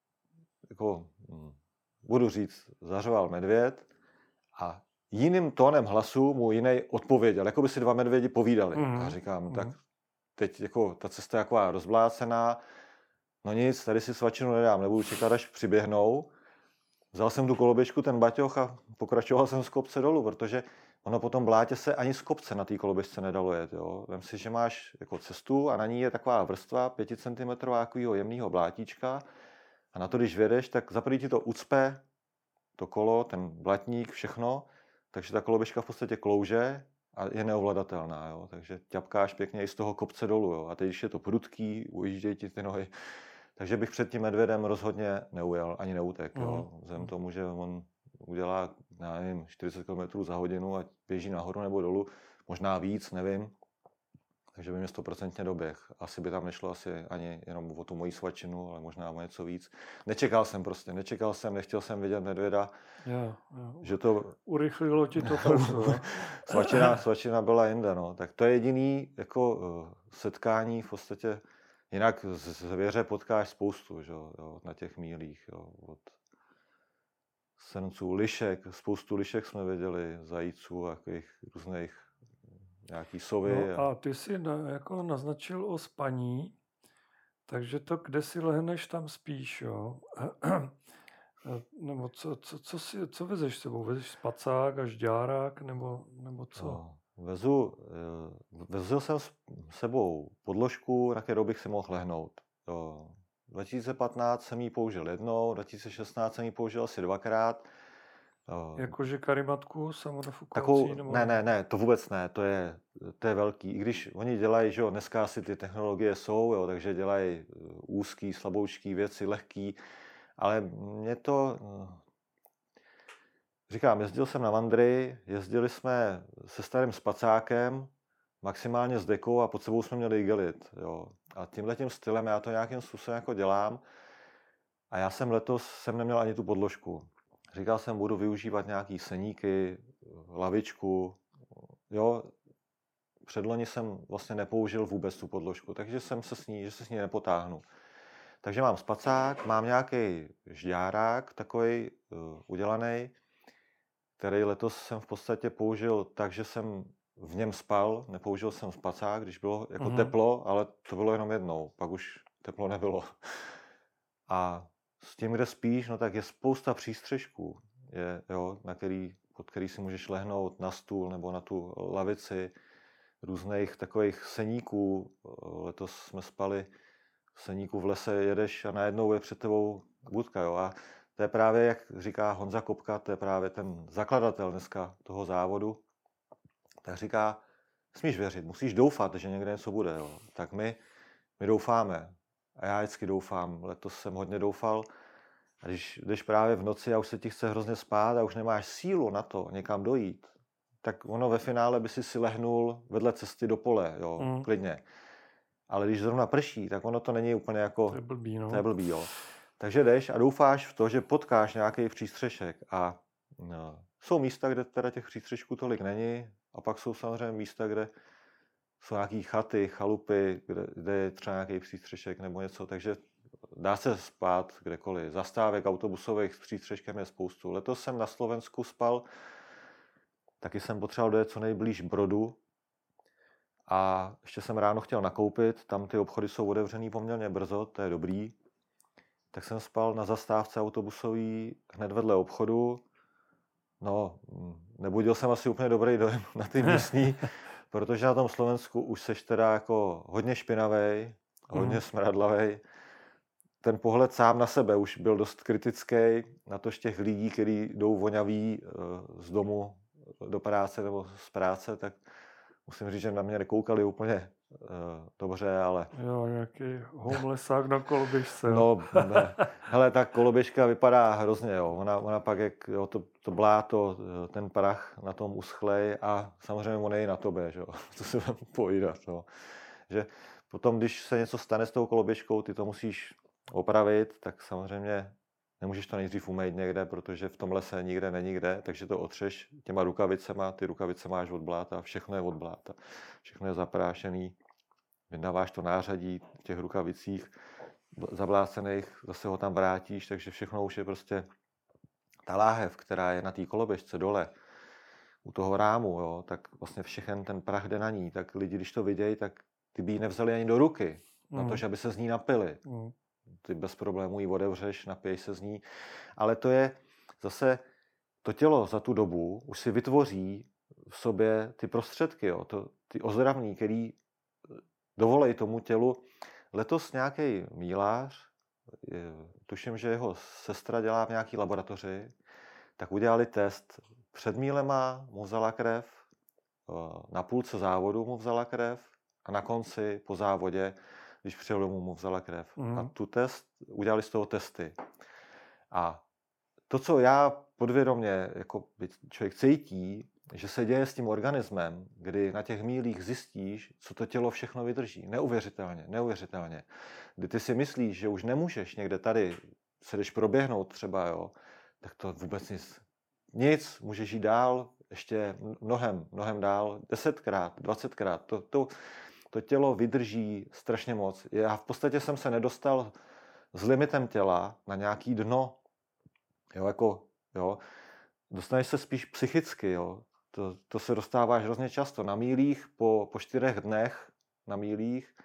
jako, budu říct, zařval medvěd a jiným tónem hlasu mu jiný odpověděl, jako by si 2 medvědi povídali. A říkám, tak teď jako ta cesta je taková rozvlácená, no nic, tady si svačinu nedám, nebudu čekat, až přiběhnou. Vzal jsem tu koloběžku, ten baťoch a pokračoval jsem z kopce dolů, protože ono po tom blátě se ani z kopce na té koloběžce nedalo jet. Jo. Vem si, že máš jako cestu a na ní je taková vrstva 5 cm takového jemného blátíčka a na to, když vědeš, tak za první ti to ucpe, to kolo, ten blatník, všechno, takže ta koloběžka v podstatě klouže a je neovladatelná. Jo. Takže ťapkáš pěkně i z toho kopce dolů. Jo. A teď, když je to prudký, ujíždějí ti ty nohy. Takže bych před tím medvědem rozhodně neujel, ani neutek. Vzhledem tomu, že on udělá, já nevím, 40 km za hodinu a běží nahoru nebo dolů, možná víc, nevím. Takže by mě 100% doběh. Asi by tam nešlo ani jenom o tu moji svačinu, ale možná o něco víc. Nečekal jsem, nechtěl jsem vidět medvěda. Že to... Urychlilo ti to Svačina byla jinde, no. Tak to je jediný jako setkání v podstatě. Jinak zvěře potkáš spoustu, že jo, na těch mílích. Jo, od srnců, lišek, spoustu lišek jsme viděli, zajíců a takových různých nějaký sovy. No a ty si jako naznačil o spaní, takže to, kde si lehneš, tam spíš, jo. Nebo co vezeš s sebou? Vezeš spacák a žďárák, nebo co? No, vezl jsem s sebou podložku, na kterou bych si mohl lehnout. Jo. 2015 jsem ji použil jednou, 2016 jsem ji použil asi dvakrát. Jakože karimatku samonafukovací? Takovou, nebo... ne, to vůbec ne, to je velký. I když oni dělají, že jo, dneska asi ty technologie jsou, jo, takže dělají úzký, slaboučký věci, lehký, ale mě to... Říkám, jezdil jsem na Mandry, jezdili jsme se starým spacákem, maximálně s dekou a pod sebou jsme měli igelit. Jo. A tímhletím stylem já to nějakým způsobem jako dělám. A já jsem letos neměl ani tu podložku. Říkal jsem, budu využívat nějaký seníky, lavičku. Jo. Předloni jsem vlastně nepoužil vůbec tu podložku, takže jsem se s ní nepotáhnu. Takže mám spacák, mám nějaký žďárák, takový udělaný, který letos jsem v podstatě použil tak, že jsem v něm spal, nepoužil jsem spacák, když bylo jako teplo, ale to bylo jenom jednou, pak už teplo nebylo. A s tím, kde spíš, no tak je spousta přístřešků, pod který si můžeš lehnout na stůl nebo na tu lavici, různých takových seníků. Letos jsme spali v seníku v lese, jedeš a najednou je před tebou budka, jo. A to je právě, jak říká Honza Kopka, to je právě ten zakladatel dneska toho závodu, tak říká, smíš věřit, musíš doufat, že někde něco bude. Jo. Tak my doufáme. A já vždycky doufám. Letos jsem hodně doufal. A když jdeš právě v noci a už se ti chce hrozně spát a už nemáš sílu na to někam dojít, tak ono ve finále by si lehnul vedle cesty do pole, jo, klidně. Ale když zrovna prší, tak ono to není úplně jako... To je blbý, no. To je blbý, jo. Takže jdeš a doufáš v to, že potkáš nějaký přístřešek. A no, jsou místa, kde teda těch přístřešků tolik není. A pak jsou samozřejmě místa, kde jsou nějaký chaty, chalupy, kde je třeba nějaký přístřešek nebo něco. Takže dá se spát kdekoliv. Zastávek autobusových s přístřeškem je spoustu. Letos jsem na Slovensku spal, taky jsem potřeboval dojet co nejblíž Brodu. A ještě jsem ráno chtěl nakoupit, tam ty obchody jsou otevřený poměrně brzo, to je dobrý. Tak jsem spal na zastávce autobusový hned vedle obchodu. No, nebudil jsem asi úplně dobrý dojem na ty místní, protože na tom Slovensku už seš teda jako hodně špinavej, hodně smradlavej. Ten pohled sám na sebe už byl dost kritický, na to těch lidí, kteří jdou voňaví z domu do práce nebo z práce, tak musím říct, že na mě nekoukali úplně dobře, ale... Jo, nějaký homelessák na koloběžce. No, ne. Hele, ta koloběžka vypadá hrozně, jo. Ona pak, jak jo, to bláto, ten prach na tom uschlej a samozřejmě on je i na tobě, že jo. To se vám pojídat, jo. Že potom, když se něco stane s tou koloběžkou, ty to musíš opravit, tak samozřejmě nemůžeš to nejdřív umýt někde, protože v tom lese nikde není kde, takže to otřeš těma rukavicema, ty rukavice máš od bláta, všechno je od bláta, všechno je zaprášený, vydáváš to nářadí v těch rukavicích zablácených, zase ho tam vrátíš, takže všechno už je prostě ta láhev, která je na té koloběžce dole, u toho rámu, jo, tak vlastně všechen ten prach jde na ní, tak lidi, když to vidějí, tak ty by ji nevzali ani do ruky, na to, že aby se z ní napili. Ty bez problémů ji otevřeš, napiješ se z ní, ale to je zase, to tělo za tu dobu už si vytvoří v sobě ty prostředky, jo, ty ozdravní, který dovolej tomu tělu. Letos nějaký mílář, tuším, že jeho sestra dělá v nějaký laboratoři, tak udělali test. Před mílema mu vzala krev, na půlce závodu mu vzala krev a na konci po závodě, když přijel domů, mu vzala krev. A udělali z toho testy. A to, co já podvědomě jako člověk cítí, že se děje s tím organismem, kdy na těch mílích zjistíš, co to tělo všechno vydrží. Neuvěřitelně. Kdy ty si myslíš, že už nemůžeš někde tady se jdeš proběhnout třeba, jo, tak to vůbec nic. Můžeš jít dál, ještě mnohem dál, 10krát, 20krát. To tělo vydrží strašně moc. Já v podstatě jsem se nedostal s limitem těla na nějaký dno. Jo. Dostaneš se spíš psychicky, jo. To se dostáváš hrozně často. Na mílích po 4 dnech na mílích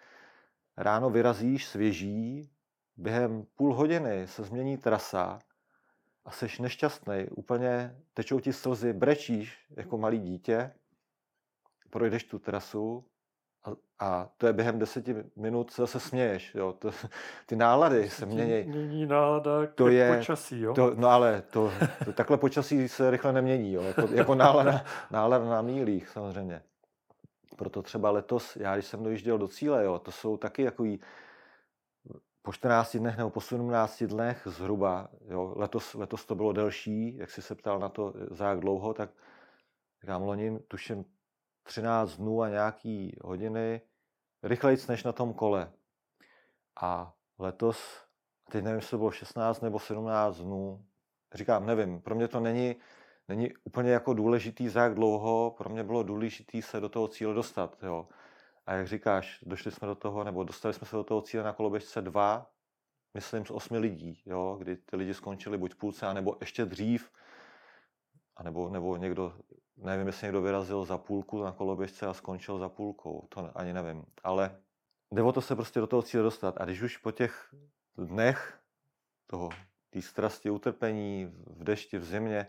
ráno vyrazíš svěží, během půl hodiny se změní trasa a seš nešťastný, úplně tečou ti slzy, brečíš jako malý dítě, projdeš tu trasu a to je během 10 minut se směješ, jo. Ty nálady se mění. Mění nálada To jak je počasí, jo? no ale takhle počasí se rychle nemění, jo. Jako nálada na mílích samozřejmě. Proto třeba letos, já když jsem dojížděl do cíle, jo, to jsou taky takový po 14 dnech nebo po 17 dnech zhruba, jo, letos to bylo delší, jak jsi se ptal na to, za jak dlouho, tak říkám loni, tuším 13 dnů a nějaký hodiny, rychlejc než na tom kole. A letos, teď nevím, jestli to bylo 16 nebo 17 dnů, říkám, nevím, pro mě to není úplně jako důležitý, za jak dlouho, pro mě bylo důležitý se do toho cíle dostat, jo. A jak říkáš, dostali jsme se do toho cíle na koloběžce 2, myslím z 8 lidí, jo, kdy ty lidi skončili buď v půlce, anebo ještě dřív, nebo někdo, nevím, jestli někdo vyrazil za půlku na koloběžce a skončil za půlkou, to ani nevím, ale jde o to se prostě do toho cíle dostat. A když už po těch dnech té strasti, utrpení, v dešti, v zimě,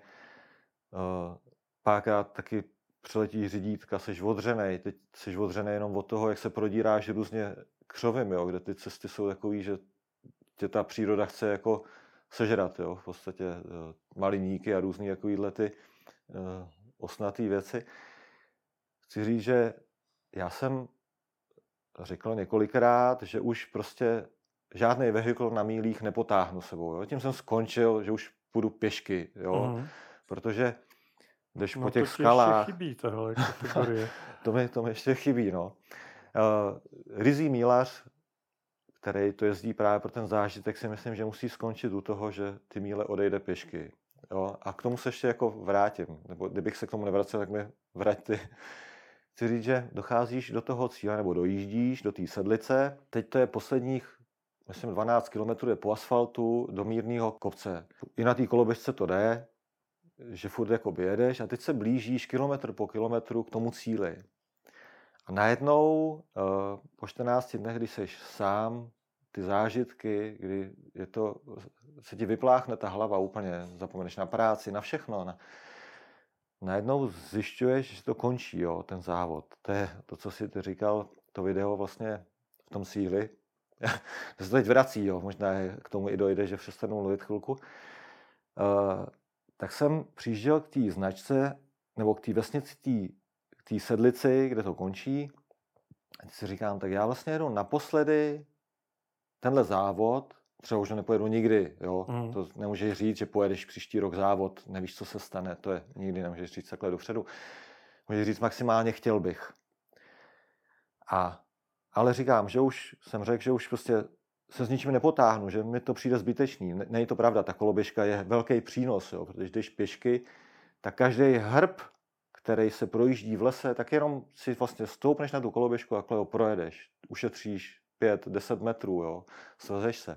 párkrát taky přiletí řidítka, seš odřenej, teď seš odřenej jenom od toho, jak se prodíráš různě křovím, jo, kde ty cesty jsou takový, že tě ta příroda chce jako sežrat, jo, v podstatě maliníky a různý takovýhle ty osnatý věci. Chci říct, že já jsem řekl několikrát, že už prostě žádný vehikl na mílích nepotáhnu sebou, jo. Tím jsem skončil, že už půjdu pěšky, jo, protože jdeš po těch skalách. To chybí tahle kategorie. to mi ještě chybí, no. Ryzí mílař, který to jezdí právě pro ten zážitek, si myslím, že musí skončit u toho, že ty míle odejde pěšky. Jo? A k tomu se ještě jako vrátím. Nebo kdybych se k tomu nevracel, tak mi vrať ty. Chci říct, že docházíš do toho cíle, nebo dojíždíš do té sedlice. Teď to je posledních, myslím, 12 kilometrů je po asfaltu do mírného kopce. I na té koloběžce to jde, že furt jakoby jedeš a teď se blížíš kilometr po kilometru k tomu cíli. A najednou po 14 dnech, když jsi sám, ty zážitky, kdy se ti vypláchne ta hlava úplně, zapomeneš na práci, na všechno. Najednou zjišťuješ, že to končí, jo, ten závod. To je to, co jsi ty říkal, to video vlastně v tom cíli. To se teď vrací, jo, možná k tomu i dojde, že přestanu mluvit chvilku. Tak jsem přijížděl k té značce, nebo k té vesnici, k té sedlici, kde to končí. A teď si říkám, tak já vlastně jedu naposledy tenhle závod, třeba už ho nepojedu nikdy, jo. To nemůžeš říct, že pojedeš příští rok závod, nevíš, co se stane, to je nikdy nemůžeš říct takhle dopředu. Můžeš říct maximálně chtěl bych. Ale říkám, že už jsem řekl, že už prostě se s ničím nepotáhnu, že mi to přijde zbytečný. Není to pravda, ta koloběžka je velký přínos, jo, protože když pěšky, tak každý hrb, který se projíždí v lese, tak jenom si vlastně stoupneš na tu koloběžku a ho projedeš. Ušetříš 5-10 metrů, jo, svazeš se.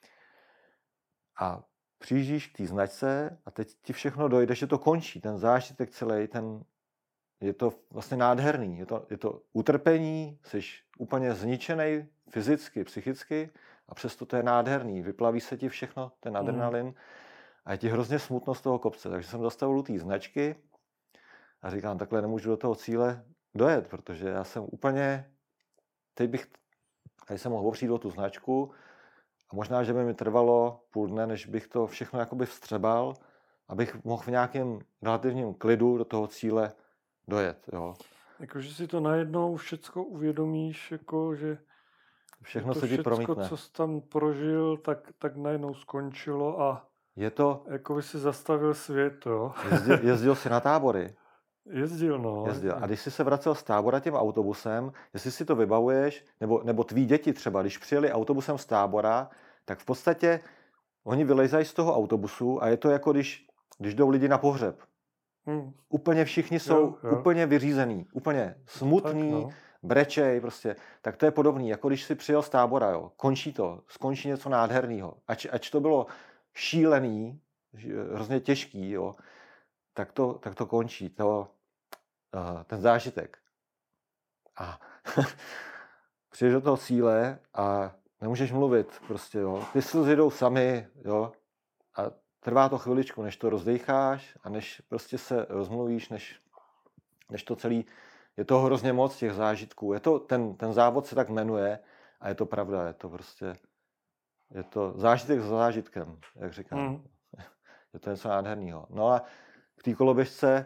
A přijíždíš k té značce a teď ti všechno dojde, že to končí, ten zážitek celý, je to vlastně nádherný, je to utrpení, jsi úplně zničený fyzicky, psychicky a přesto to je nádherný, vyplaví se ti všechno, ten adrenalin a je ti hrozně smutno z toho kopce, takže jsem zastavil u té značky a říkám, takhle nemůžu do toho cíle dojet, protože já jsem úplně, teď jsem mohl opřít o tu značku a možná, že by mi trvalo půl dne, než bych to všechno jakoby vstřebal, abych mohl v nějakém relativním klidu do toho cíle dojet, jo. Jakože si to najednou všecko uvědomíš, jako že všechno se ti promítne. Co jsi tam prožil, tak najednou skončilo a je to... Jako by si zastavil svět, jo. Jezdil jsi na tábory. Jezdil. A když jsi se vracel z tábora tím autobusem, jestli si to vybavuješ, nebo tví děti třeba, když přijeli autobusem z tábora, tak v podstatě oni vylejzají z toho autobusu a je to jako když jdou lidi na pohřeb. Úplně všichni jsou úplně vyřízený, úplně smutný, tak, brečej prostě. Tak to je podobný, jako když si přijel z tábora, jo. Skončí něco nádherného. Ač to bylo šílený, hrozně těžký, jo, tak to končí, ten zážitek. A přijdeš do toho cíle a nemůžeš mluvit, prostě, jo. Ty slzy jdou sami, jo, a trvá to chviličku, než to rozdejcháš a než prostě se rozmluvíš, než to celý, je to hrozně moc těch zážitků. Je to, ten závod se tak jmenuje a je to pravda, je to prostě, je to zážitek za zážitkem, jak říkám. Je to něco nádherného. No a k té koloběžce,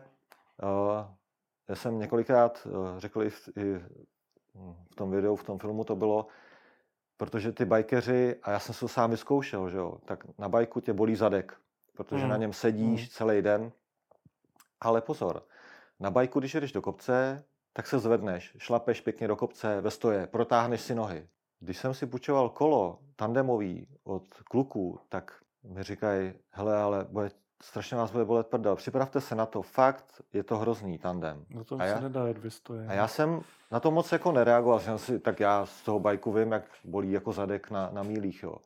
já jsem několikrát řekl i v tom videu, v tom filmu to bylo, protože ty bajkeři, a já jsem se to sám vyzkoušel, že jo, tak na bajku tě bolí zadek, protože na něm sedíš celý den. Ale pozor, na bajku, když jdeš do kopce, tak se zvedneš, šlapeš pěkně do kopce, ve stoje, protáhneš si nohy. Když jsem si půjčoval kolo tandemový od kluků, tak mi říkají, hele, ale strašně vás bude bolet prdel, připravte se na to, fakt je to hrozný tandem. No to se nedá jet ve stoje. A já jsem na to moc jako nereagoval, tak já z toho bajku vím, jak bolí jako zadek na mílích, jo.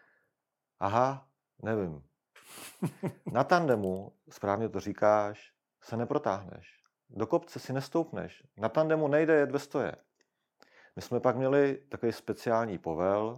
Aha, nevím. Na tandemu, správně to říkáš, se neprotáhneš. Do kopce si nestoupneš. Na tandemu nejde jet ve stoje. My jsme pak měli takový speciální povel,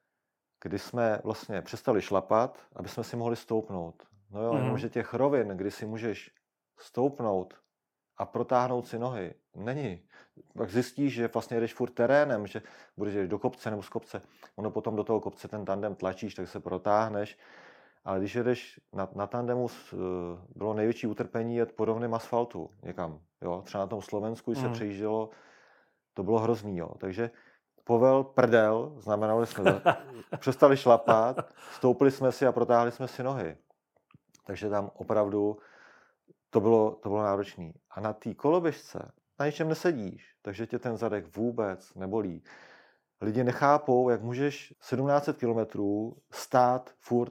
kdy jsme vlastně přestali šlapat, aby jsme si mohli stoupnout. No jo, jenomže těch rovin, kdy si můžeš stoupnout a protáhnout si nohy, není. Pak zjistíš, že vlastně jdeš furt terénem, že budeš jít do kopce nebo z kopce. Ono potom do toho kopce ten tandem tlačíš, tak se protáhneš. Ale když jedeš na tandemu, bylo největší utrpení jet po rovném asfaltu někam. Jo? Třeba na tom Slovensku, když se přejíždělo, to bylo hrozný. Jo? Takže povel prdel, znamenalo, že jsme přestali šlapat, stoupili jsme si a protáhli jsme si nohy. Takže tam opravdu to bylo náročné. A na té koloběžce na ničem nesedíš, takže tě ten zadek vůbec nebolí. Lidi nechápou, jak můžeš 1700 kilometrů stát furt.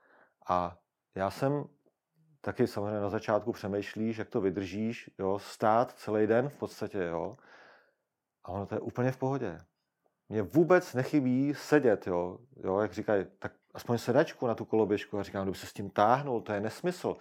A já jsem taky samozřejmě na začátku přemýšlíš, jak to vydržíš, jo, stát celý den v podstatě, jo. A ono to je úplně v pohodě. Mně vůbec nechybí sedět, jo, jak říkají, tak aspoň sedačku na tu koloběžku. A říkám, kdyby se s tím táhnul, to je nesmysl.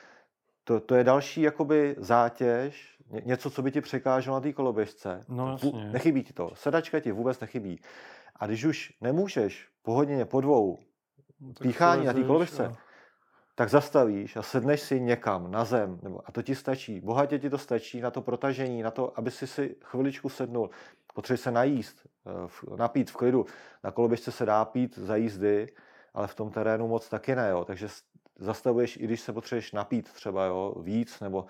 To je další jakoby zátěž, něco, co by ti překáželo na té koloběžce. No jasně. Nechybí ti to. Sedačka ti vůbec nechybí. A když už nemůžeš po hodině, po dvou píchání na té koloběžce, tak zastavíš a sedneš si někam na zem, a to ti stačí. Bohatě ti to stačí na to protažení, na to, aby si chviličku sednul. Potřebuješ se najíst, napít v klidu. Na koloběžce se dá pít za jízdy, ale v tom terénu moc taky ne. Jo. Takže zastavuješ, i když se potřebuješ napít třeba víc, nebo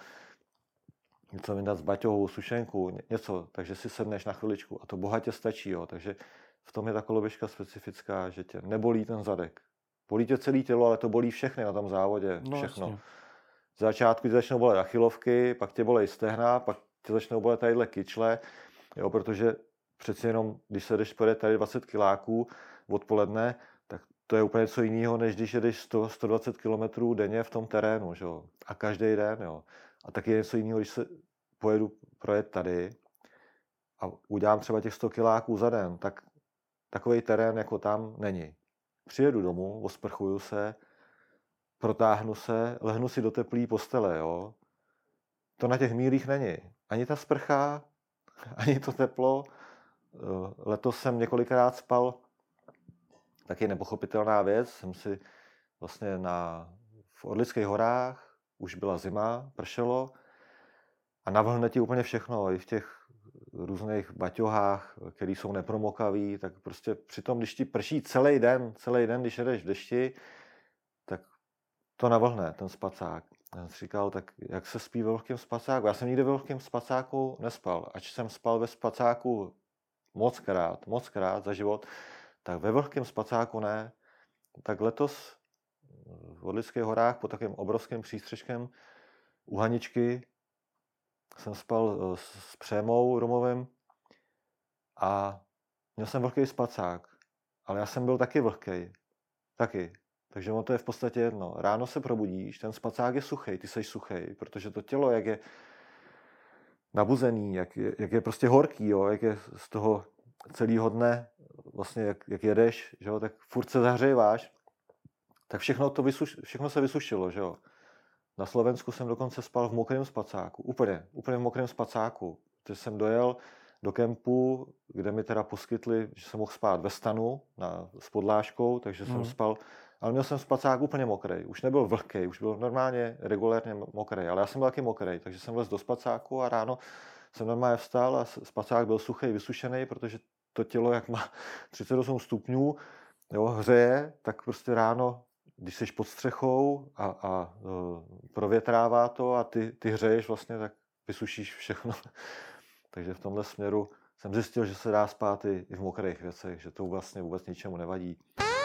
něco vydat z baťohu, sušenku, něco. Takže si sedneš na chviličku a to bohatě stačí. Jo. Takže v tom je ta koloběžka specifická, že tě nebolí ten zadek. Bolí tě celé tělo, ale to bolí všechny na tom závodě. Všechno. No, z začátku tě začnou bolet achilovky, pak tě bolej stehna, pak tě začnou bolet tadyhle kyčle, jo, protože přeci jenom, když se jdeš pojet tady 20 kiláků odpoledne, tak to je úplně něco jiného, než když jedeš 100-120 km denně v tom terénu, že jo. A každý den, jo. A taky je něco jiného, když se projet tady a udělám třeba těch 100 kiláků za den, tak takový terén jako tam není. Přijedu domů, osprchuju se, protáhnu se, lehnu si do teplý postele, jo. To na těch mílích není. Ani ta sprcha, ani to teplo. Letos jsem několikrát spal, taky nepochopitelná věc, jsem si vlastně v Orlických horách, už byla zima, pršelo a navlhne ti úplně všechno, i v těch různých baťohách, které jsou nepromokaví, tak prostě přitom, když ti prší celý den, když jedeš v dešti, tak to navlhne, ten spacák. Já jsem říkal, tak jak se spí ve vlhkém spacáku? Já jsem nikdy ve vlhkém spacáku nespal. Ač jsem spal ve spacáku mockrát za život, tak ve vlhkém spacáku ne. Tak letos v Orlických horách pod takovým obrovským přístřeškem u Haničky jsem spal s Přémou Romovým a měl jsem vlhký spacák, ale já jsem byl taky vlhkej. Taky. Takže ono to je v podstatě jedno. Ráno se probudíš, ten spacák je suchej, ty seš suchej, protože to tělo, jak je nabuzený, jak je prostě horký, jo, jak je z toho celého dne, vlastně jak jedeš, že jo, tak furt se zahřejváš, tak všechno se vysušilo, že jo. Na Slovensku jsem dokonce spal v mokrém spacáku, úplně v mokrém spacáku, protože jsem dojel do kempu, kde mi teda poskytli, že jsem mohl spát ve stanu s podlážkou, takže jsem spal, ale měl jsem spacák úplně mokrý. Už nebyl vlhký, už byl normálně regulérně mokrý, ale já jsem byl taky mokrý, takže jsem vlez do spacáku a ráno jsem normálně vstal a spacák byl suchý, vysušený, protože to tělo, jak má 38 stupňů, jo, hřeje, tak prostě ráno, když jsi pod střechou a provětrává to a ty hřeješ vlastně, tak vysušíš všechno. Takže v tomhle směru jsem zjistil, že se dá spát i v mokrých věcech, že to vlastně vůbec ničemu nevadí.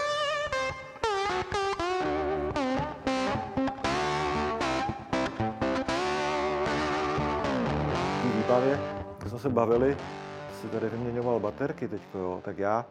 V výbavě, když jsme se bavili, si tady vyměňoval baterky teďko, jo, tak já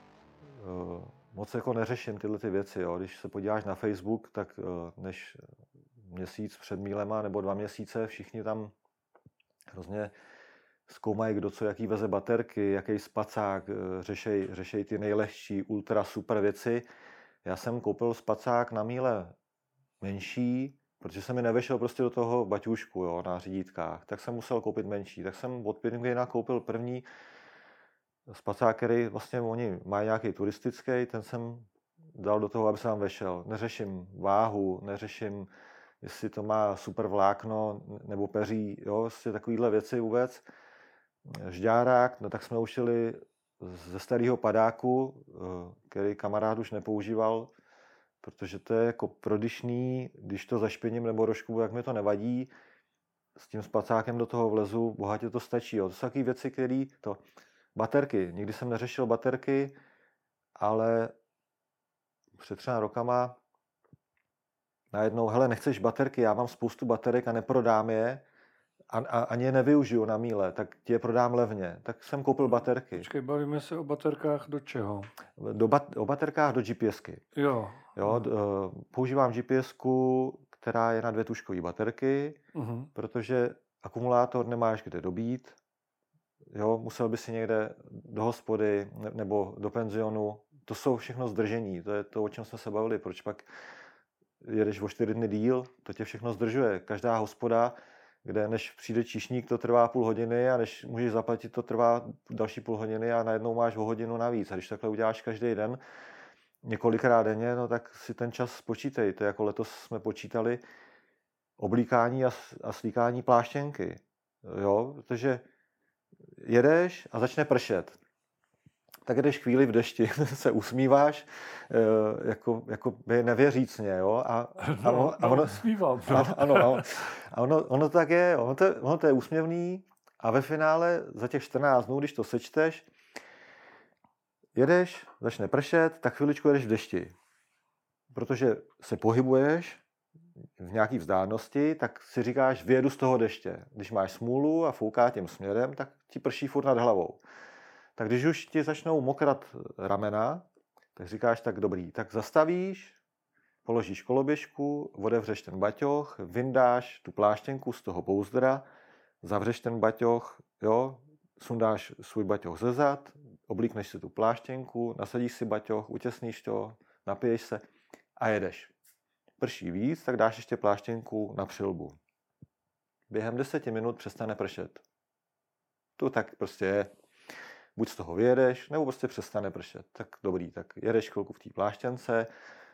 moc jako neřeším tyhle ty věci. Jo. Když se podíváš na Facebook, tak než měsíc před mílema nebo 2 měsíce všichni tam hrozně zkoumají, kdo co jaký veze baterky, jaký spacák, řešej ty nejlehčí, ultra super věci. Já jsem koupil spacák na míle menší, protože se mi nevešel prostě do toho baťůžku, jo, na řídítkách, tak jsem musel koupit menší. Tak jsem od Pingvina koupil první spacák, který vlastně oni mají nějaký turistický, ten jsem dal do toho, aby se tam vešel. Neřeším váhu, neřeším, jestli to má super vlákno nebo peří, jo, vlastně takovýhle věci vůbec. Žďárák, no tak jsme ušili ze starého padáku, který kamarád už nepoužíval, protože to je jako prodyšný, když to zašpiním nebo rožku, jak mi to nevadí, s tím spacákem do toho vlezu, bohatě to stačí. Jo. To jsou takové věci, které to... Baterky. Nikdy jsem neřešil baterky, ale před 3 rokama najednou, hele, nechceš baterky, já mám spoustu baterek a neprodám je a ani je nevyužiju na míle, tak ti je prodám levně. Tak jsem koupil baterky. Počkej, bavíme se o baterkách do čeho? O baterkách do GPSky. Jo. Používám GPSku, která je na 2 tužkové baterky, protože akumulátor nemáš kde dobít. Jo, musel by si někde do hospody nebo do penzionu. To jsou všechno zdržení, to je to, o čem jsme se bavili. Proč pak jedeš o 4 dny díl, to tě všechno zdržuje. Každá hospoda, kde než přijde číšník, to trvá půl hodiny a než můžeš zaplatit, to trvá další půl hodiny a najednou máš o hodinu navíc. A když takhle uděláš každý den, několikrát denně, no tak si ten čas spočítej. To je jako letos jsme počítali oblíkání a slíkání pláštěnky. Jo, protože jedeš a začne pršet. Tak jdeš chvíli v dešti, se usmíváš, jako by nevěřícně, jo? Ono tak je, ono to je úsměvný a ve finále za těch 14 dnů, když to sečteš, jedeš, začne pršet, tak chviličku jedeš v dešti. Protože se pohybuješ v nějaký vzdálenosti, tak si říkáš, vyjedu z toho deště. Když máš smůlu a fouká tím směrem, tak ti prší furt nad hlavou. Tak když už ti začnou mokrat ramena, tak říkáš, tak dobrý, tak zastavíš, položíš koloběžku, otevřeš ten baťoch, vyndáš tu pláštěnku z toho pouzdra, zavřeš ten baťoch, jo, sundáš svůj baťoch ze zad, oblíkneš si tu pláštěnku, nasadíš si baťoch, utěsníš to, napiješ se a jedeš. Prší víc, tak dáš ještě pláštěnku na přilbu. Během 10 minut přestane pršet. To tak prostě je. Buď z toho vyjedeš, nebo prostě přestane pršet. Tak dobrý, tak jedeš chvilku v té pláštěnce,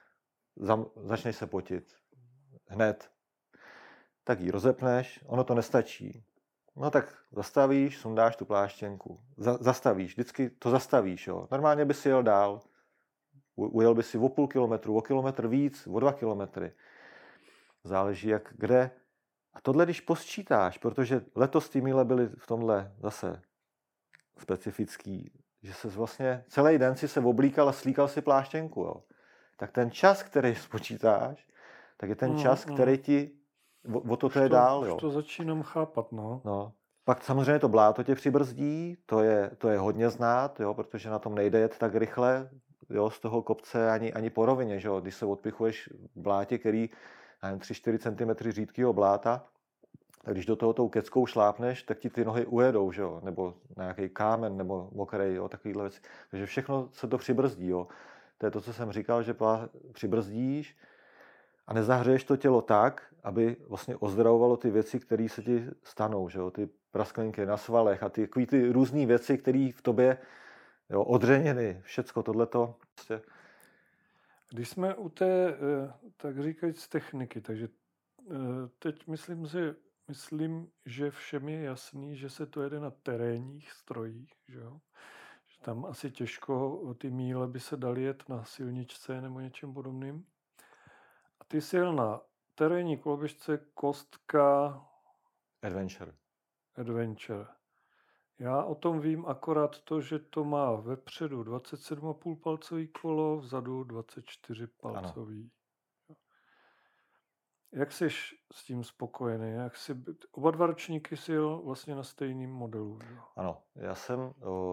začneš se potit hned. Tak ji rozepneš, ono to nestačí. No tak zastavíš, sundáš tu pláštěnku. Zastavíš, vždycky to zastavíš. Jo. Normálně bys jel dál. Ujel by si o půl kilometru, o kilometr víc, o 2 kilometry. Záleží jak kde. A tohle, když posčítáš, protože letos ty míle byly v tomhle zase specifický, že se vlastně celý den si se oblíkal a slíkal si pláštěnku. Jo. Tak ten čas, který spočítáš, tak je ten čas, který ti o to je dál. Jo. Už to začínám chápat, no. Pak samozřejmě to bláto tě přibrzdí, to je hodně znát, jo, protože na tom nejde jet tak rychle, jo, z toho kopce ani po rovině, že jo, když se odpichuješ v blátě, který 3-4 cm řídkého bláta, tak když do toho tou keckou šlápneš, tak ti ty nohy ujedou, že jo, nebo na nějaký kámen, nebo mokrej, jo, takovýhle věci. Takže všechno se to přibrzdí, jo. To je to, co jsem říkal, že přibrzdíš a nezahřeješ to tělo tak, aby vlastně ozdravovalo ty věci, které se ti stanou, že jo. Ty prasklinky na svalech a ty různé věci, které v tobě, jo, odřeniny, všecko tohleto. Prostě. Když jsme u té, tak říkajíc, techniky, takže teď myslím, že všem je jasný, že se to jede na terénních strojích, že jo? Že tam asi těžko ty míle by se daly jet na silničce nebo něčem podobným. A ty jsi jel na terénní koloběžce Kostka Adventure. Já o tom vím akorát to, že to má vepředu 27,5 palcový kolo, vzadu 24 palcový. Ano. Jak jsi s tím spokojený? Oba dva ročníky jsi jel vlastně na stejným modelu. Jo? Ano, já jsem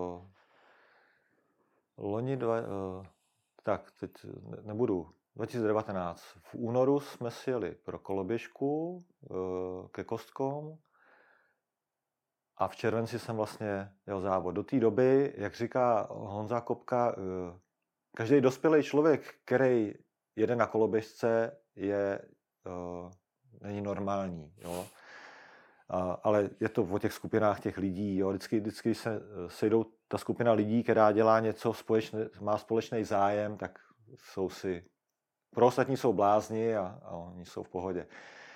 teď nebudu. 2019. V únoru jsme si jeli pro koloběžku ke Kostkům a v červenci jsem vlastně jel závod. Do té doby, jak říká Honza Kopka, každý dospělý člověk, který jede na koloběžce, není normální. Jo? Ale je to o těch skupinách těch lidí. Jo? Vždycky se sejdou ta skupina lidí, která dělá něco má společný zájem, tak jsou si... Pro ostatní jsou blázni a oni jsou v pohodě.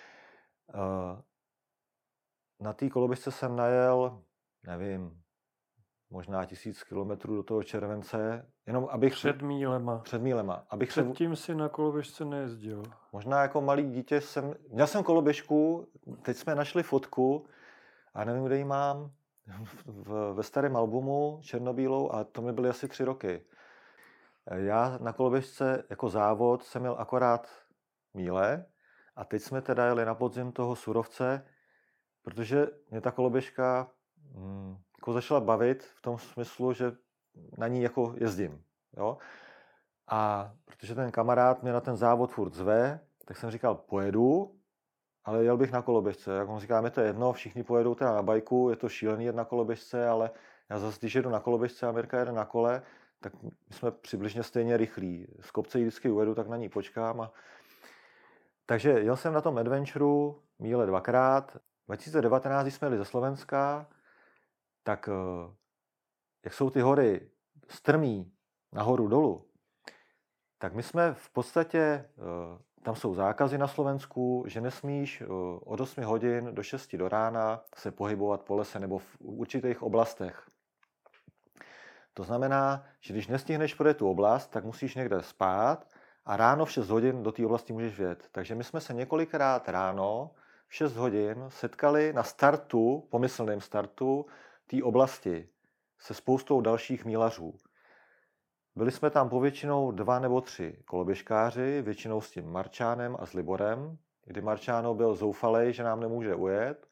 Na té koloběžce jsem najel, nevím, možná 1000 kilometrů do toho července, jenom abych... Před mílema. Předtím si na koloběžce nejezdil. Možná jako malý dítě měl jsem koloběžku, teď jsme našli fotku a nevím, kde ji mám, ve starém albumu černobílou a to mi byly asi 3 roky. Já na koloběžce jako závod jsem měl akorát míle a teď jsme teda jeli na podzim toho Surovce, protože mě ta koloběžka jako začala bavit v tom smyslu, že na ní jako jezdím. Jo? A protože ten kamarád mě na ten závod furt zve, tak jsem říkal, pojedu, ale jel bych na koloběžce. Jak on říká, mi to je jedno, všichni pojedou teda na bajku, je to šílený jet na koloběžce, ale já zase, když jedu na koloběžce a Mirka jede na kole, tak my jsme přibližně stejně rychlí. Z kopce ji vždycky uvedu, tak na ní počkám. Takže jel jsem na tom adventureu míle 2krát. 2019, když jsme jeli ze Slovenska, tak jak jsou ty hory strmý nahoru dolů, tak my jsme v podstatě, tam jsou zákazy na Slovensku, že nesmíš od 8 hodin do 6 do rána se pohybovat po lese nebo v určitých oblastech. To znamená, že když nestihneš projet tu oblast, tak musíš někde spát a ráno v 6 hodin do té oblasti můžeš vjet. Takže my jsme se několikrát ráno v 6 hodin setkali na startu, pomyslném startu té oblasti se spoustou dalších mílařů. Byli jsme tam povětšinou 2 nebo 3 koloběžkáři, většinou s tím Marčánem a s Liborem, kdy Marčáno byl zoufalej, že nám nemůže ujet.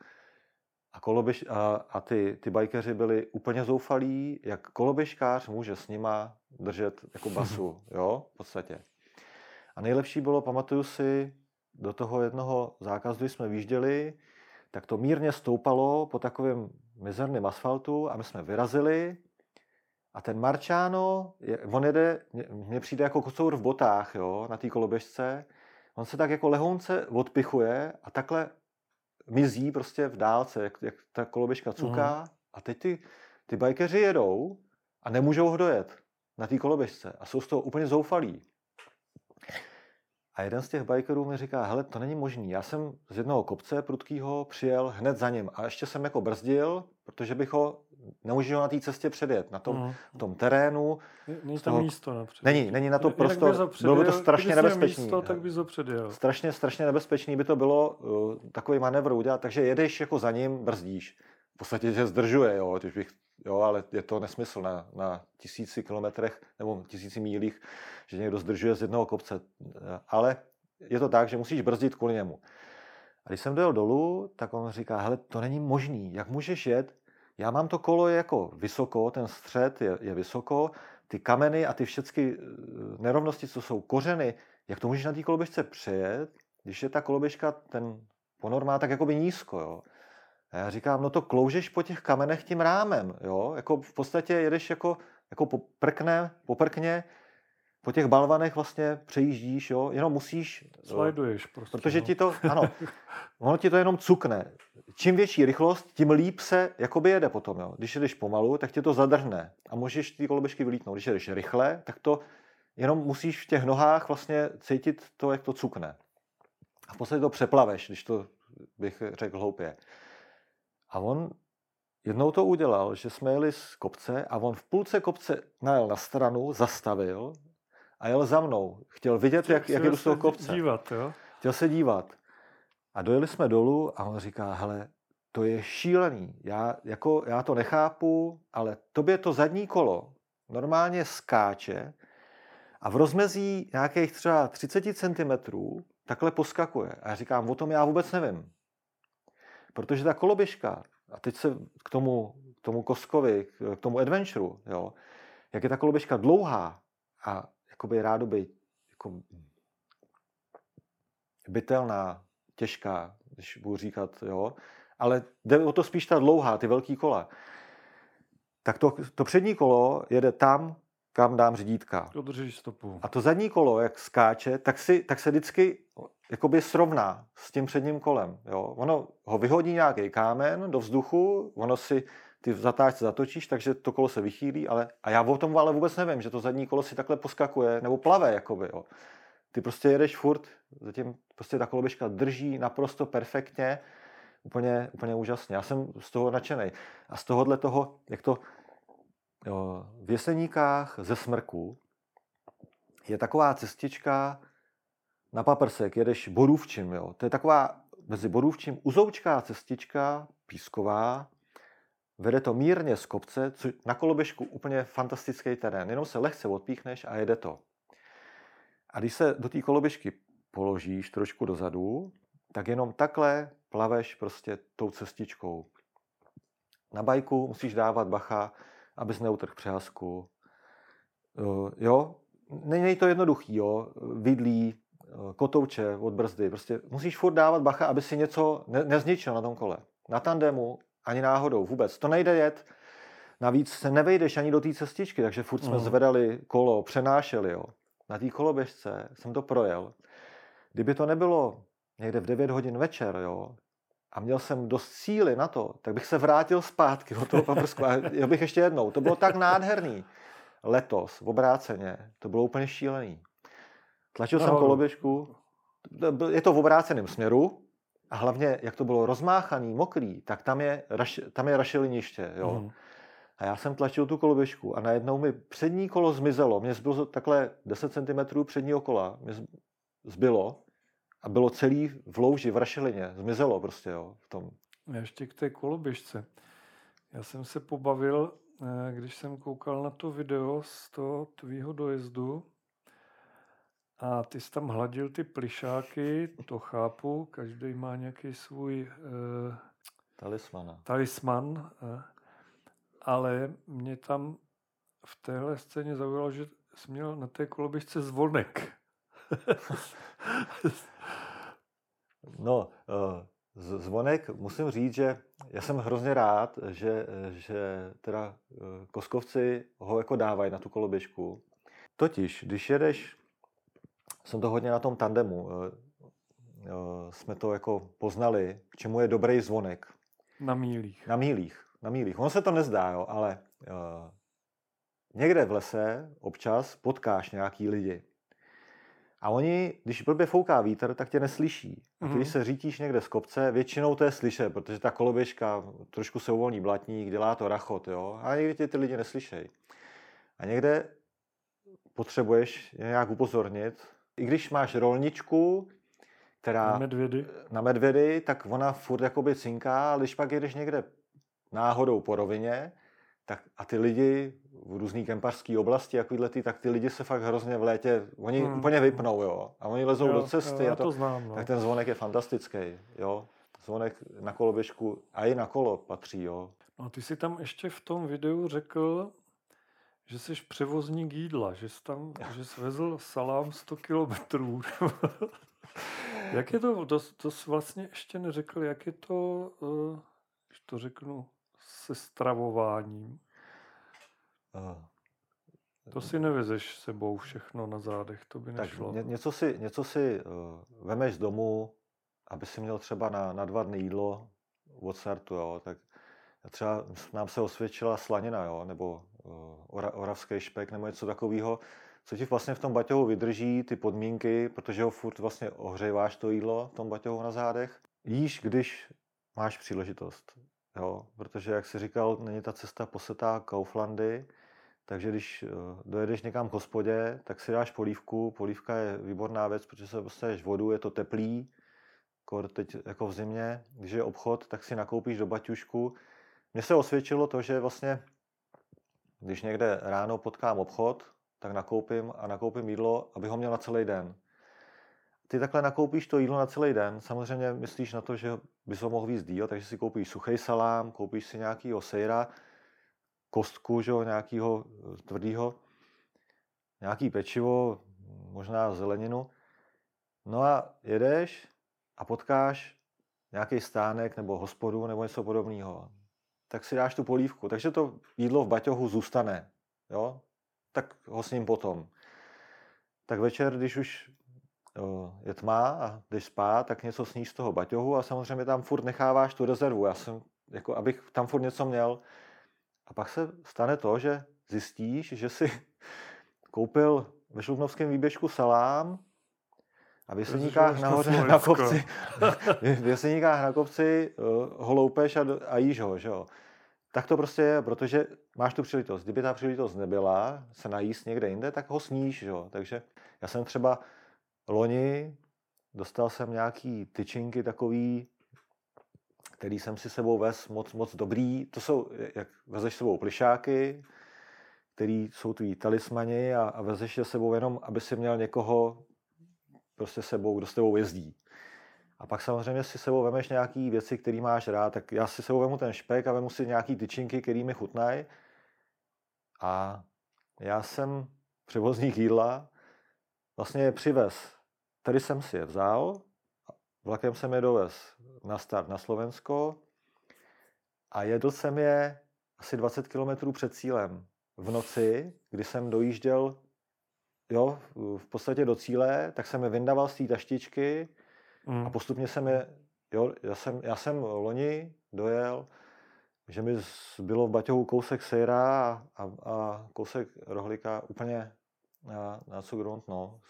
A ty bajkeři byli úplně zoufalí, jak koloběžkář může s nima držet jako basu, jo, v podstatě. A nejlepší bylo, pamatuju si, do toho jednoho zákazu, když jsme výjížděli, tak to mírně stoupalo po takovém mizerném asfaltu a my jsme vyrazili a ten Marčáno, on jede, mně přijde jako kocour v botách, jo, na té koloběžce, on se tak jako lehounce odpichuje a takhle mizí prostě v dálce, jak ta koloběžka cuká a teď ty bajkeři jedou a nemůžou ho dojet na té koloběžce a jsou z toho úplně zoufalí. A jeden z těch bajkerů mi říká, hele, to není možný, já jsem z jednoho kopce prudkýho přijel hned za ním a ještě jsem jako brzdil, protože bych ho nemůžu na té cestě předjet, na tom terénu. Není tam místo napřed. Není na to prostor, bylo by to strašně nebezpečný. Místo, tak bys ho předjel. Strašně nebezpečný by to bylo takový manévr udělat, takže jedeš jako za ním, brzdíš. V podstatě že zdržuje, jo, ale je to nesmysl na 1000 kilometrech nebo 1000 mílích, že někdo zdržuje z jednoho kopce. Ale je to tak, že musíš brzdit kvůli němu. A když jsem dojel dolů, tak on říká, hele, to není možný, jak můžeš jet? Já mám to kolo jako vysoko, ten střed je vysoko, ty kameny a ty všechny nerovnosti, co jsou kořeny, jak to můžeš na té koloběžce přejet, když je ta koloběžka, ten ponor má tak jakoby nízko, jo. A já říkám, no to kloužeš po těch kamenech tím rámem, jo, jako v podstatě jedeš jako poprkně po těch balvanech vlastně přejíždíš, jo, jenom musíš... Slajduješ prostě. Protože ti to, ano, ono ti to jenom cukne. Čím větší rychlost, tím líp se jakoby jede potom, jo. Když jedeš pomalu, tak tě to zadrhne a můžeš ty koloběžky vylítnout. Když jedeš rychle, tak to jenom musíš v těch nohách vlastně cítit to, jak to cukne. A v podstatě to přeplaveš, když to bych řekl hloupě. A on jednou to udělal, že jsme jeli z kopce a on v půlce kopce najel na stranu, zastavil a jel za mnou. Chtěl vidět, jak jdu z toho kopce. Dívat, jo? Chtěl se dívat. A dojeli jsme dolů a on říká, hele, to je šílený. Já to nechápu, ale tobě to zadní kolo normálně skáče a v rozmezí nějakých třeba 30 cm takhle poskakuje. A já říkám, o tom já vůbec nevím. Protože ta koloběžka, a teď se k tomu Koskovi, k tomu adventureu, jo, jak je ta koloběžka dlouhá a jakoby rádoby jako bytelná, těžká, když budu říkat, jo, ale jde o to spíš ta dlouhá, ty velký kola. Tak to přední kolo jede tam, kam dám řídítka. Udržíš stopu. A to zadní kolo, jak skáče, tak se vždycky jakoby srovná s tím předním kolem. Jo. Ono ho vyhodí nějaký kámen do vzduchu, ono si ty v zatáčce zatočíš, takže to kolo se vychýlí, a já o tom ale vůbec nevím, že to zadní kolo si takhle poskakuje, nebo plave, jakoby, jo. Ty prostě jedeš furt, zatím prostě ta koloběžka drží naprosto perfektně, úplně úžasně. Já jsem z toho nadšenej. A z tohohle toho, jak to v Jeseníkách ze Smrků je taková cestička na paprsek, jedeš Borůvčím, jo. To je taková mezi Borůvčím uzoučká cestička, písková, vede to mírně z kopce, na koloběžku úplně fantastický terén, jenom se lehce odpíchneš a jede to. A když se do té koloběžky položíš trošku dozadu, tak jenom takhle plaveš prostě tou cestičkou. Na bajku musíš dávat bacha, abys neutrhl přehazku. Jo, není to jednoduchý, jo, vidlí, kotouče od brzdy, prostě musíš furt dávat bacha, aby si něco nezničil na tom kole. Na tandemu ani náhodou vůbec. To nejde jet. Navíc se nevejdeš ani do té cestičky, takže furt jsme zvedali kolo, přenášeli, jo. Na té koloběžce jsem to projel. Kdyby to nebylo někde v 9 hodin večer, jo, a měl jsem dost síly na to, tak bych se vrátil zpátky od toho paprsku a jel bych ještě jednou. To bylo tak nádherný. Letos, v obráceně, to bylo úplně šílený. Tlačil jsem koloběžku, je to v obráceném směru a hlavně, jak to bylo rozmáchaný, mokrý, tak tam je rašeliniště, jo. A já jsem tlačil tu koloběžku a najednou mi přední kolo zmizelo. Mně zbylo takhle 10 cm předního kola, mě zbylo a bylo celý v louži, v rašelině. Zmizelo prostě, jo, v tom. Ještě k té koloběžce. Já jsem se pobavil, když jsem koukal na to video z toho tvýho dojezdu a ty jsi tam hladil ty plišáky, to chápu, každý má nějaký svůj talisman, ale mě tam v téhle scéně zaujalo, že jsi měl na té koloběžce zvonek. No, zvonek, musím říct, že já jsem hrozně rád, že teda Koskovci ho jako dávají na tu koloběžku. Totiž, když jedeš, jsem to hodně na tom tandemu, jsme to jako poznali, k čemu je dobrý zvonek. Na mílích. Na mílích. Ono se to nezdá, jo, ale někde v lese občas potkáš nějaký lidi. A oni, když blbě fouká vítr, tak tě neslyší. A když se řítíš někde z kopce, většinou to je slyšet, protože ta koloběžka, trošku se uvolní blatník, dělá to rachot, jo. A někdy tě ty lidi neslyšejí. A někde potřebuješ je nějak upozornit. I když máš rolničku, která na medvědy, tak ona furt jakoby cinká, ale když pak jedeš někde náhodou po rovině, tak a ty lidi v různý kempařský oblasti, tak ty lidi se fakt hrozně v létě, oni úplně vypnou, jo. A oni lezou do cesty. Tak ten zvonek je fantastický, jo. Zvonek na koloběžku a i na kolo patří, jo. No ty si tam ještě v tom videu řekl, že jsi převozník jídla, že jsi vezl salám 100 kilometrů. Jak je to jsi vlastně ještě neřekl, jak je to, když to řeknu, se stravováním? To si nevezeš sebou všechno na zádech, to by nešlo. Tak něco si vemeš z domu, aby si měl třeba na 2 dny jídlo od startu, jo. Tak třeba nám se osvědčila slanina, jo, nebo oravský špek, nebo něco takového, co ti vlastně v tom baťohu vydrží ty podmínky, protože ho furt vlastně ohřejváš to jídlo v tom baťohu na zádech. Jíš, když máš příležitost, jo, protože jak jsi říkal, není ta cesta posetá Kauflandy, takže když dojedeš někam k hospodě, tak si dáš polívku. Polívka je výborná věc, protože se dostaneš vodu, je to teplý, teď jako v zimě. Když je obchod, tak si nakoupíš do baťušku. Mně se osvědčilo to, že vlastně, když někde ráno potkám obchod, tak nakoupím jídlo, aby ho měl na celý den. Ty takhle nakoupíš to jídlo na celý den, samozřejmě myslíš na to, že bys ho mohl víc díl, takže si koupíš suchý salám, koupíš si nějakýho sejra, kostku, že, nějakého tvrdého, nějaký pečivo, možná zeleninu. No a jedeš a potkáš nějaký stánek nebo hospodu nebo něco podobného. Tak si dáš tu polívku. Takže to jídlo v baťohu zůstane. Jo? Tak ho s ním potom. Tak večer, když už je tma a jdeš spát, tak něco sníš z toho baťohu a samozřejmě tam furt necháváš tu rezervu. Já jsem, jako abych tam furt něco měl. A pak se stane to, že zjistíš, že si koupil ve Šluknovském výběžku salám a v Jeseníkách nahoře na kopci, v Jeseníkách na kopci ho loupeš a jíš ho, že jo. Tak to prostě je, protože máš tu příležitost. Kdyby ta příležitost nebyla se najíst někde jinde, tak ho sníš, že jo. Takže já jsem třeba loni dostal jsem nějaký tyčinky takový, který jsem si sebou vez moc dobrý. To jsou, jak vezeš sebou plišáky, který jsou tví talismani a vezeš je sebou jenom, aby si měl někoho prostě sebou, kdo s tebou jezdí. A pak samozřejmě si sebou vemeš nějaký věci, které máš rád, tak já si sebou vemu ten špek a vemu si nějaký tyčinky, který mi chutnají. A já jsem převozník jídla vlastně je přivez. Tady jsem si je vzal, vlakem jsem je dovez na start na Slovensko a jedl jsem je asi 20 km před cílem v noci, kdy jsem dojížděl v podstatě do cíle, tak jsem je vyndával z té taštičky a postupně jsem je, já jsem loni dojel, že mi bylo v baťohu kousek sejra a kousek rohlíka úplně na cukront, no.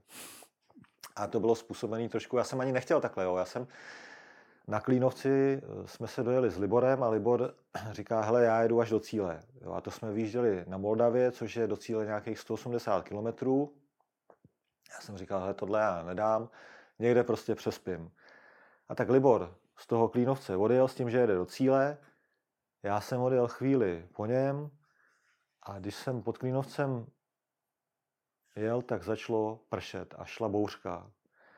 A to bylo způsobené trošku, já jsem ani nechtěl takhle, jo. Já jsem na Klínovci, jsme se dojeli s Liborem a Libor říká, hele, já jedu až do cíle. Jo, a to jsme vyjížděli na Moldavě, což je do cíle nějakých 180 kilometrů. Já jsem říkal, hele, tohle já nedám, někde prostě přespím. A tak Libor z toho Klínovce odjel s tím, že jede do cíle. Já jsem odjel chvíli po něm a když jsem pod Klínovcem jel, tak začalo pršet a šla bouřka.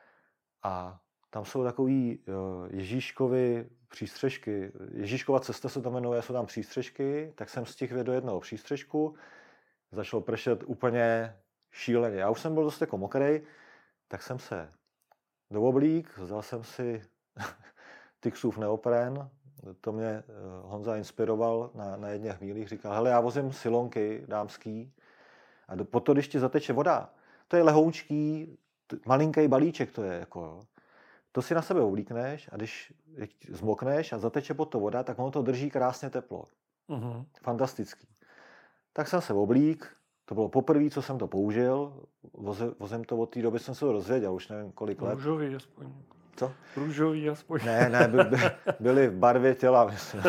A tam jsou takový Ježíškovy přístřežky. Ježíškova cesta se to jmenuje, jsou tam přístřežky, tak jsem stihl do jednoho přístřežku. Začalo pršet úplně šíleně. Já už jsem byl dost jako mokrej, tak jsem se dooblík, vzal jsem si Tixův neopren, to mě Honza inspiroval na jedné chvíli, říkal, hele, já vozím silonky dámský a potom, když ti zateče voda, to je lehoučký, malinký balíček to je, jako jo. To si na sebe oblíkneš a když zmokneš a zateče pod to voda, tak ono to drží krásně teplo. Mm-hmm. Fantastický. Tak jsem se oblík, to bylo poprvé, co jsem to použil, vozem to od té doby jsem se to dozvěděl, už nevím kolik let. Růžový aspoň. Co? Růžový aspoň. Ne, byly v barvě těla, myslím.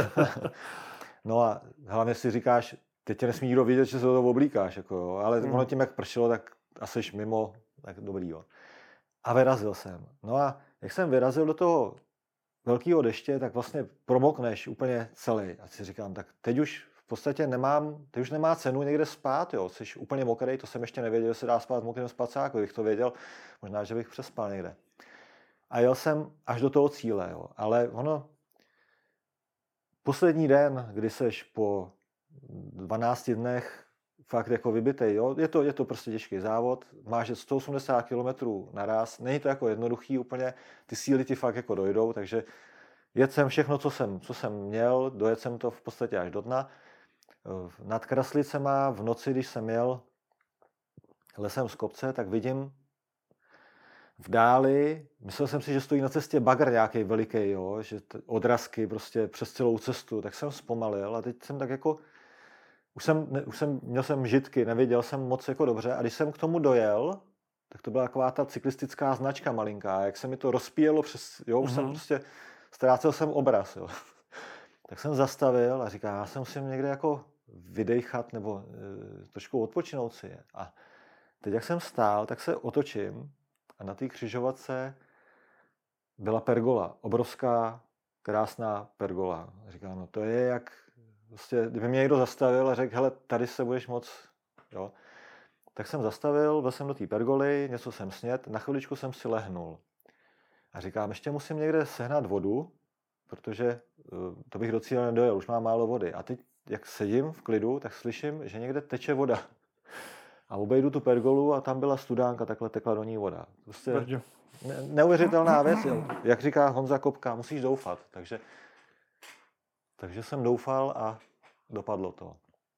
No a hlavně si říkáš, teď tě nesmí nikdo vidět, že se to oblíkáš, jako jo. Ale ono tím, jak pršelo, tak asi mimo, tak dobrý, jo. A vyrazil jsem. No a jak jsem vyrazil do toho velkého deště, tak vlastně promokneš úplně celý. A si říkám, tak teď už v podstatě nemá cenu někde spát, jo. Jsi úplně mokrý, to jsem ještě nevěděl, že se dá spát v mokrém spacáku, kdybych to věděl, možná, že bych přespal někde. A jel jsem až do toho cíle, jo. Ale ono, poslední den, kdy seš po 12 dnech fakt jako vybitej, jo. Je to prostě těžký závod, máš 180 km naraz, není to jako jednoduchý úplně, ty síly ti fakt jako dojdou, takže jet jsem všechno, co jsem měl, dojet jsem to v podstatě až do dna. Nad Kraslicema v noci, když jsem jel, lesem z kopce, tak vidím v dáli, myslel jsem si, že stojí na cestě bagr nějaký veliký, jo, že odrazky prostě přes celou cestu, tak jsem zpomalil a teď jsem tak jako, měl jsem žitky, nevěděl jsem moc jako dobře a když jsem k tomu dojel, tak to byla taková ta cyklistická značka malinká, jak se mi to rozpíjelo přes, jo, už jsem prostě, ztrácel jsem obraz, jo. Tak jsem zastavil a říkám, já se musím někde jako vydejchat nebo trošku odpočinout si. A teď, jak jsem stál, tak se otočím a na té křižovatce byla pergola, obrovská, krásná pergola. Říkám, no to je jak, prostě, kdyby mě někdo zastavil a řekl, hele, tady se budeš moc, jo. Tak jsem zastavil, byl jsem do té pergoly, něco jsem sněd, na chviličku jsem si lehnul. A říkám, ještě musím někde sehnat vodu, protože to bych do cíle nedojel, už mám málo vody. A teď, jak sedím v klidu, tak slyším, že někde teče voda. A obejdu tu pergolu a tam byla studánka, takhle tekla do ní voda. Prostě neuvěřitelná věc. Jak říká Honza Kopka, musíš doufat. Takže jsem doufal a dopadlo to.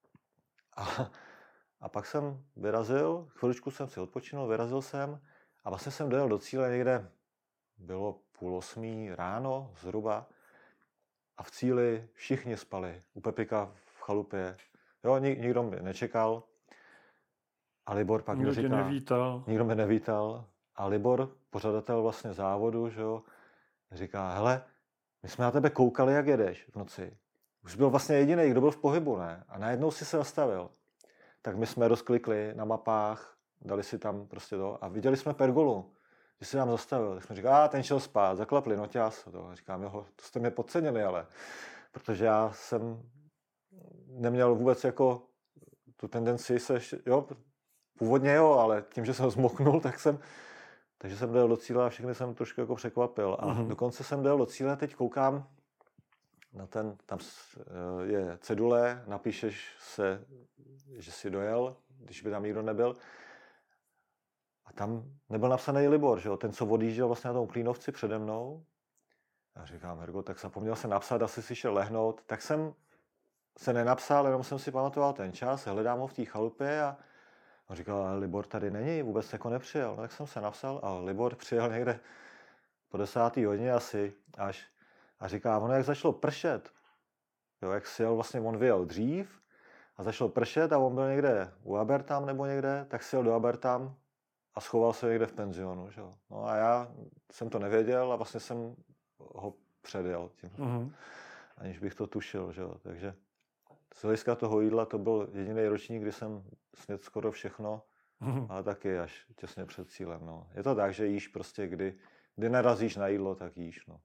A pak jsem vyrazil, chviličku jsem si odpočinul, vyrazil jsem a vlastně jsem dojel do cíle někde, bylo 7:30 ráno zhruba a v cíli všichni spali. U Pepika v chalupě. Jo, nikdo mě nečekal. A Libor pak mi říká... Nikdo mě nevítal. A Libor, pořadatel vlastně závodu, že jo, říká, hele, my jsme na tebe koukali, jak jedeš v noci. Už byl vlastně jediný, kdo byl v pohybu, ne? A najednou si se zastavil. Tak my jsme rozklikli na mapách, dali si tam prostě to a viděli jsme pergolu, že se nám zastavil. Tak jsme říkali, ten šel spát, zaklapli noťas. A říkám, jo, to jste mě podcenili, ale protože já jsem neměl vůbec jako tu tendenci se, jo, původně jo, ale tím, že jsem zmoknul, takže jsem dojel do cíle a všechny jsem trošku jako překvapil. A dokonce jsem dojel do cíle, teď koukám na tam je cedule, napíšeš se, že jsi dojel, když by tam nikdo nebyl. A tam nebyl napsaný Libor, že jo? Ten, co odjížděl vlastně na tom Klínovci přede mnou. A říkám, Hergo, tak zapomněl jsem napsat, asi si šel lehnout. Tak jsem se nenapsal, jenom jsem si pamatoval ten čas, hledám ho v té chalupě a on říkal, ale Libor tady není, vůbec jako nepřijel. No, tak jsem se napsal a Libor přijel někde po 10. hodině asi až. A říká, ono jak začalo pršet, jo, jak si jel, vlastně on vyjel dřív a začalo pršet a on byl někde u Abertam nebo někde, tak si jel do Abertam a schoval se někde v penzionu, že jo. No a já jsem to nevěděl a vlastně jsem ho předjel tím, aniž bych to tušil, že jo. Takže z hlediska toho jídla to byl jediný ročník, kdy jsem snědl skoro všechno, ale taky až těsně před cílem, no. Je to tak, že jíš prostě, kdy narazíš na jídlo, tak jíš, no.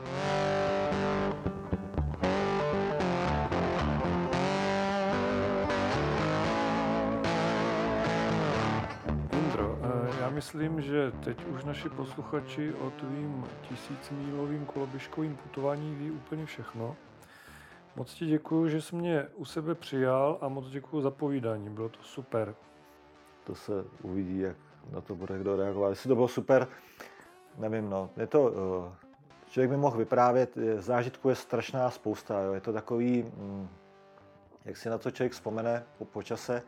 Já myslím, že teď už naši posluchači o tvým 1000mílovým koloběžkovým putování ví úplně všechno. Moc ti děkuju, že jsi mě u sebe přijal a moc děkuju za povídání, bylo to super. To se uvidí, jak na to bude kdo reagovat. Jestli to bylo super, nevím, no. Je to, člověk by mohl vyprávět, zážitků je strašná spousta, jo. Je to takový, jak si na to člověk vzpomene po čase,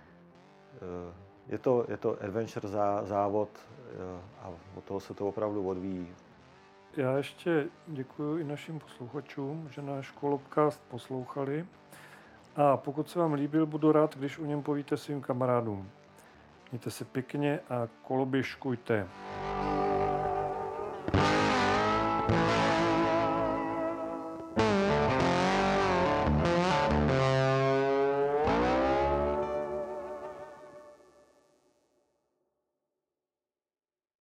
je to adventure závod a od toho se to opravdu odvíjí. Já ještě děkuji i našim posluchačům, že náš Kolobcast poslouchali. A pokud se vám líbil, budu rád, když o něm povíte svým kamarádům. Mějte se pěkně a koloběžkujte.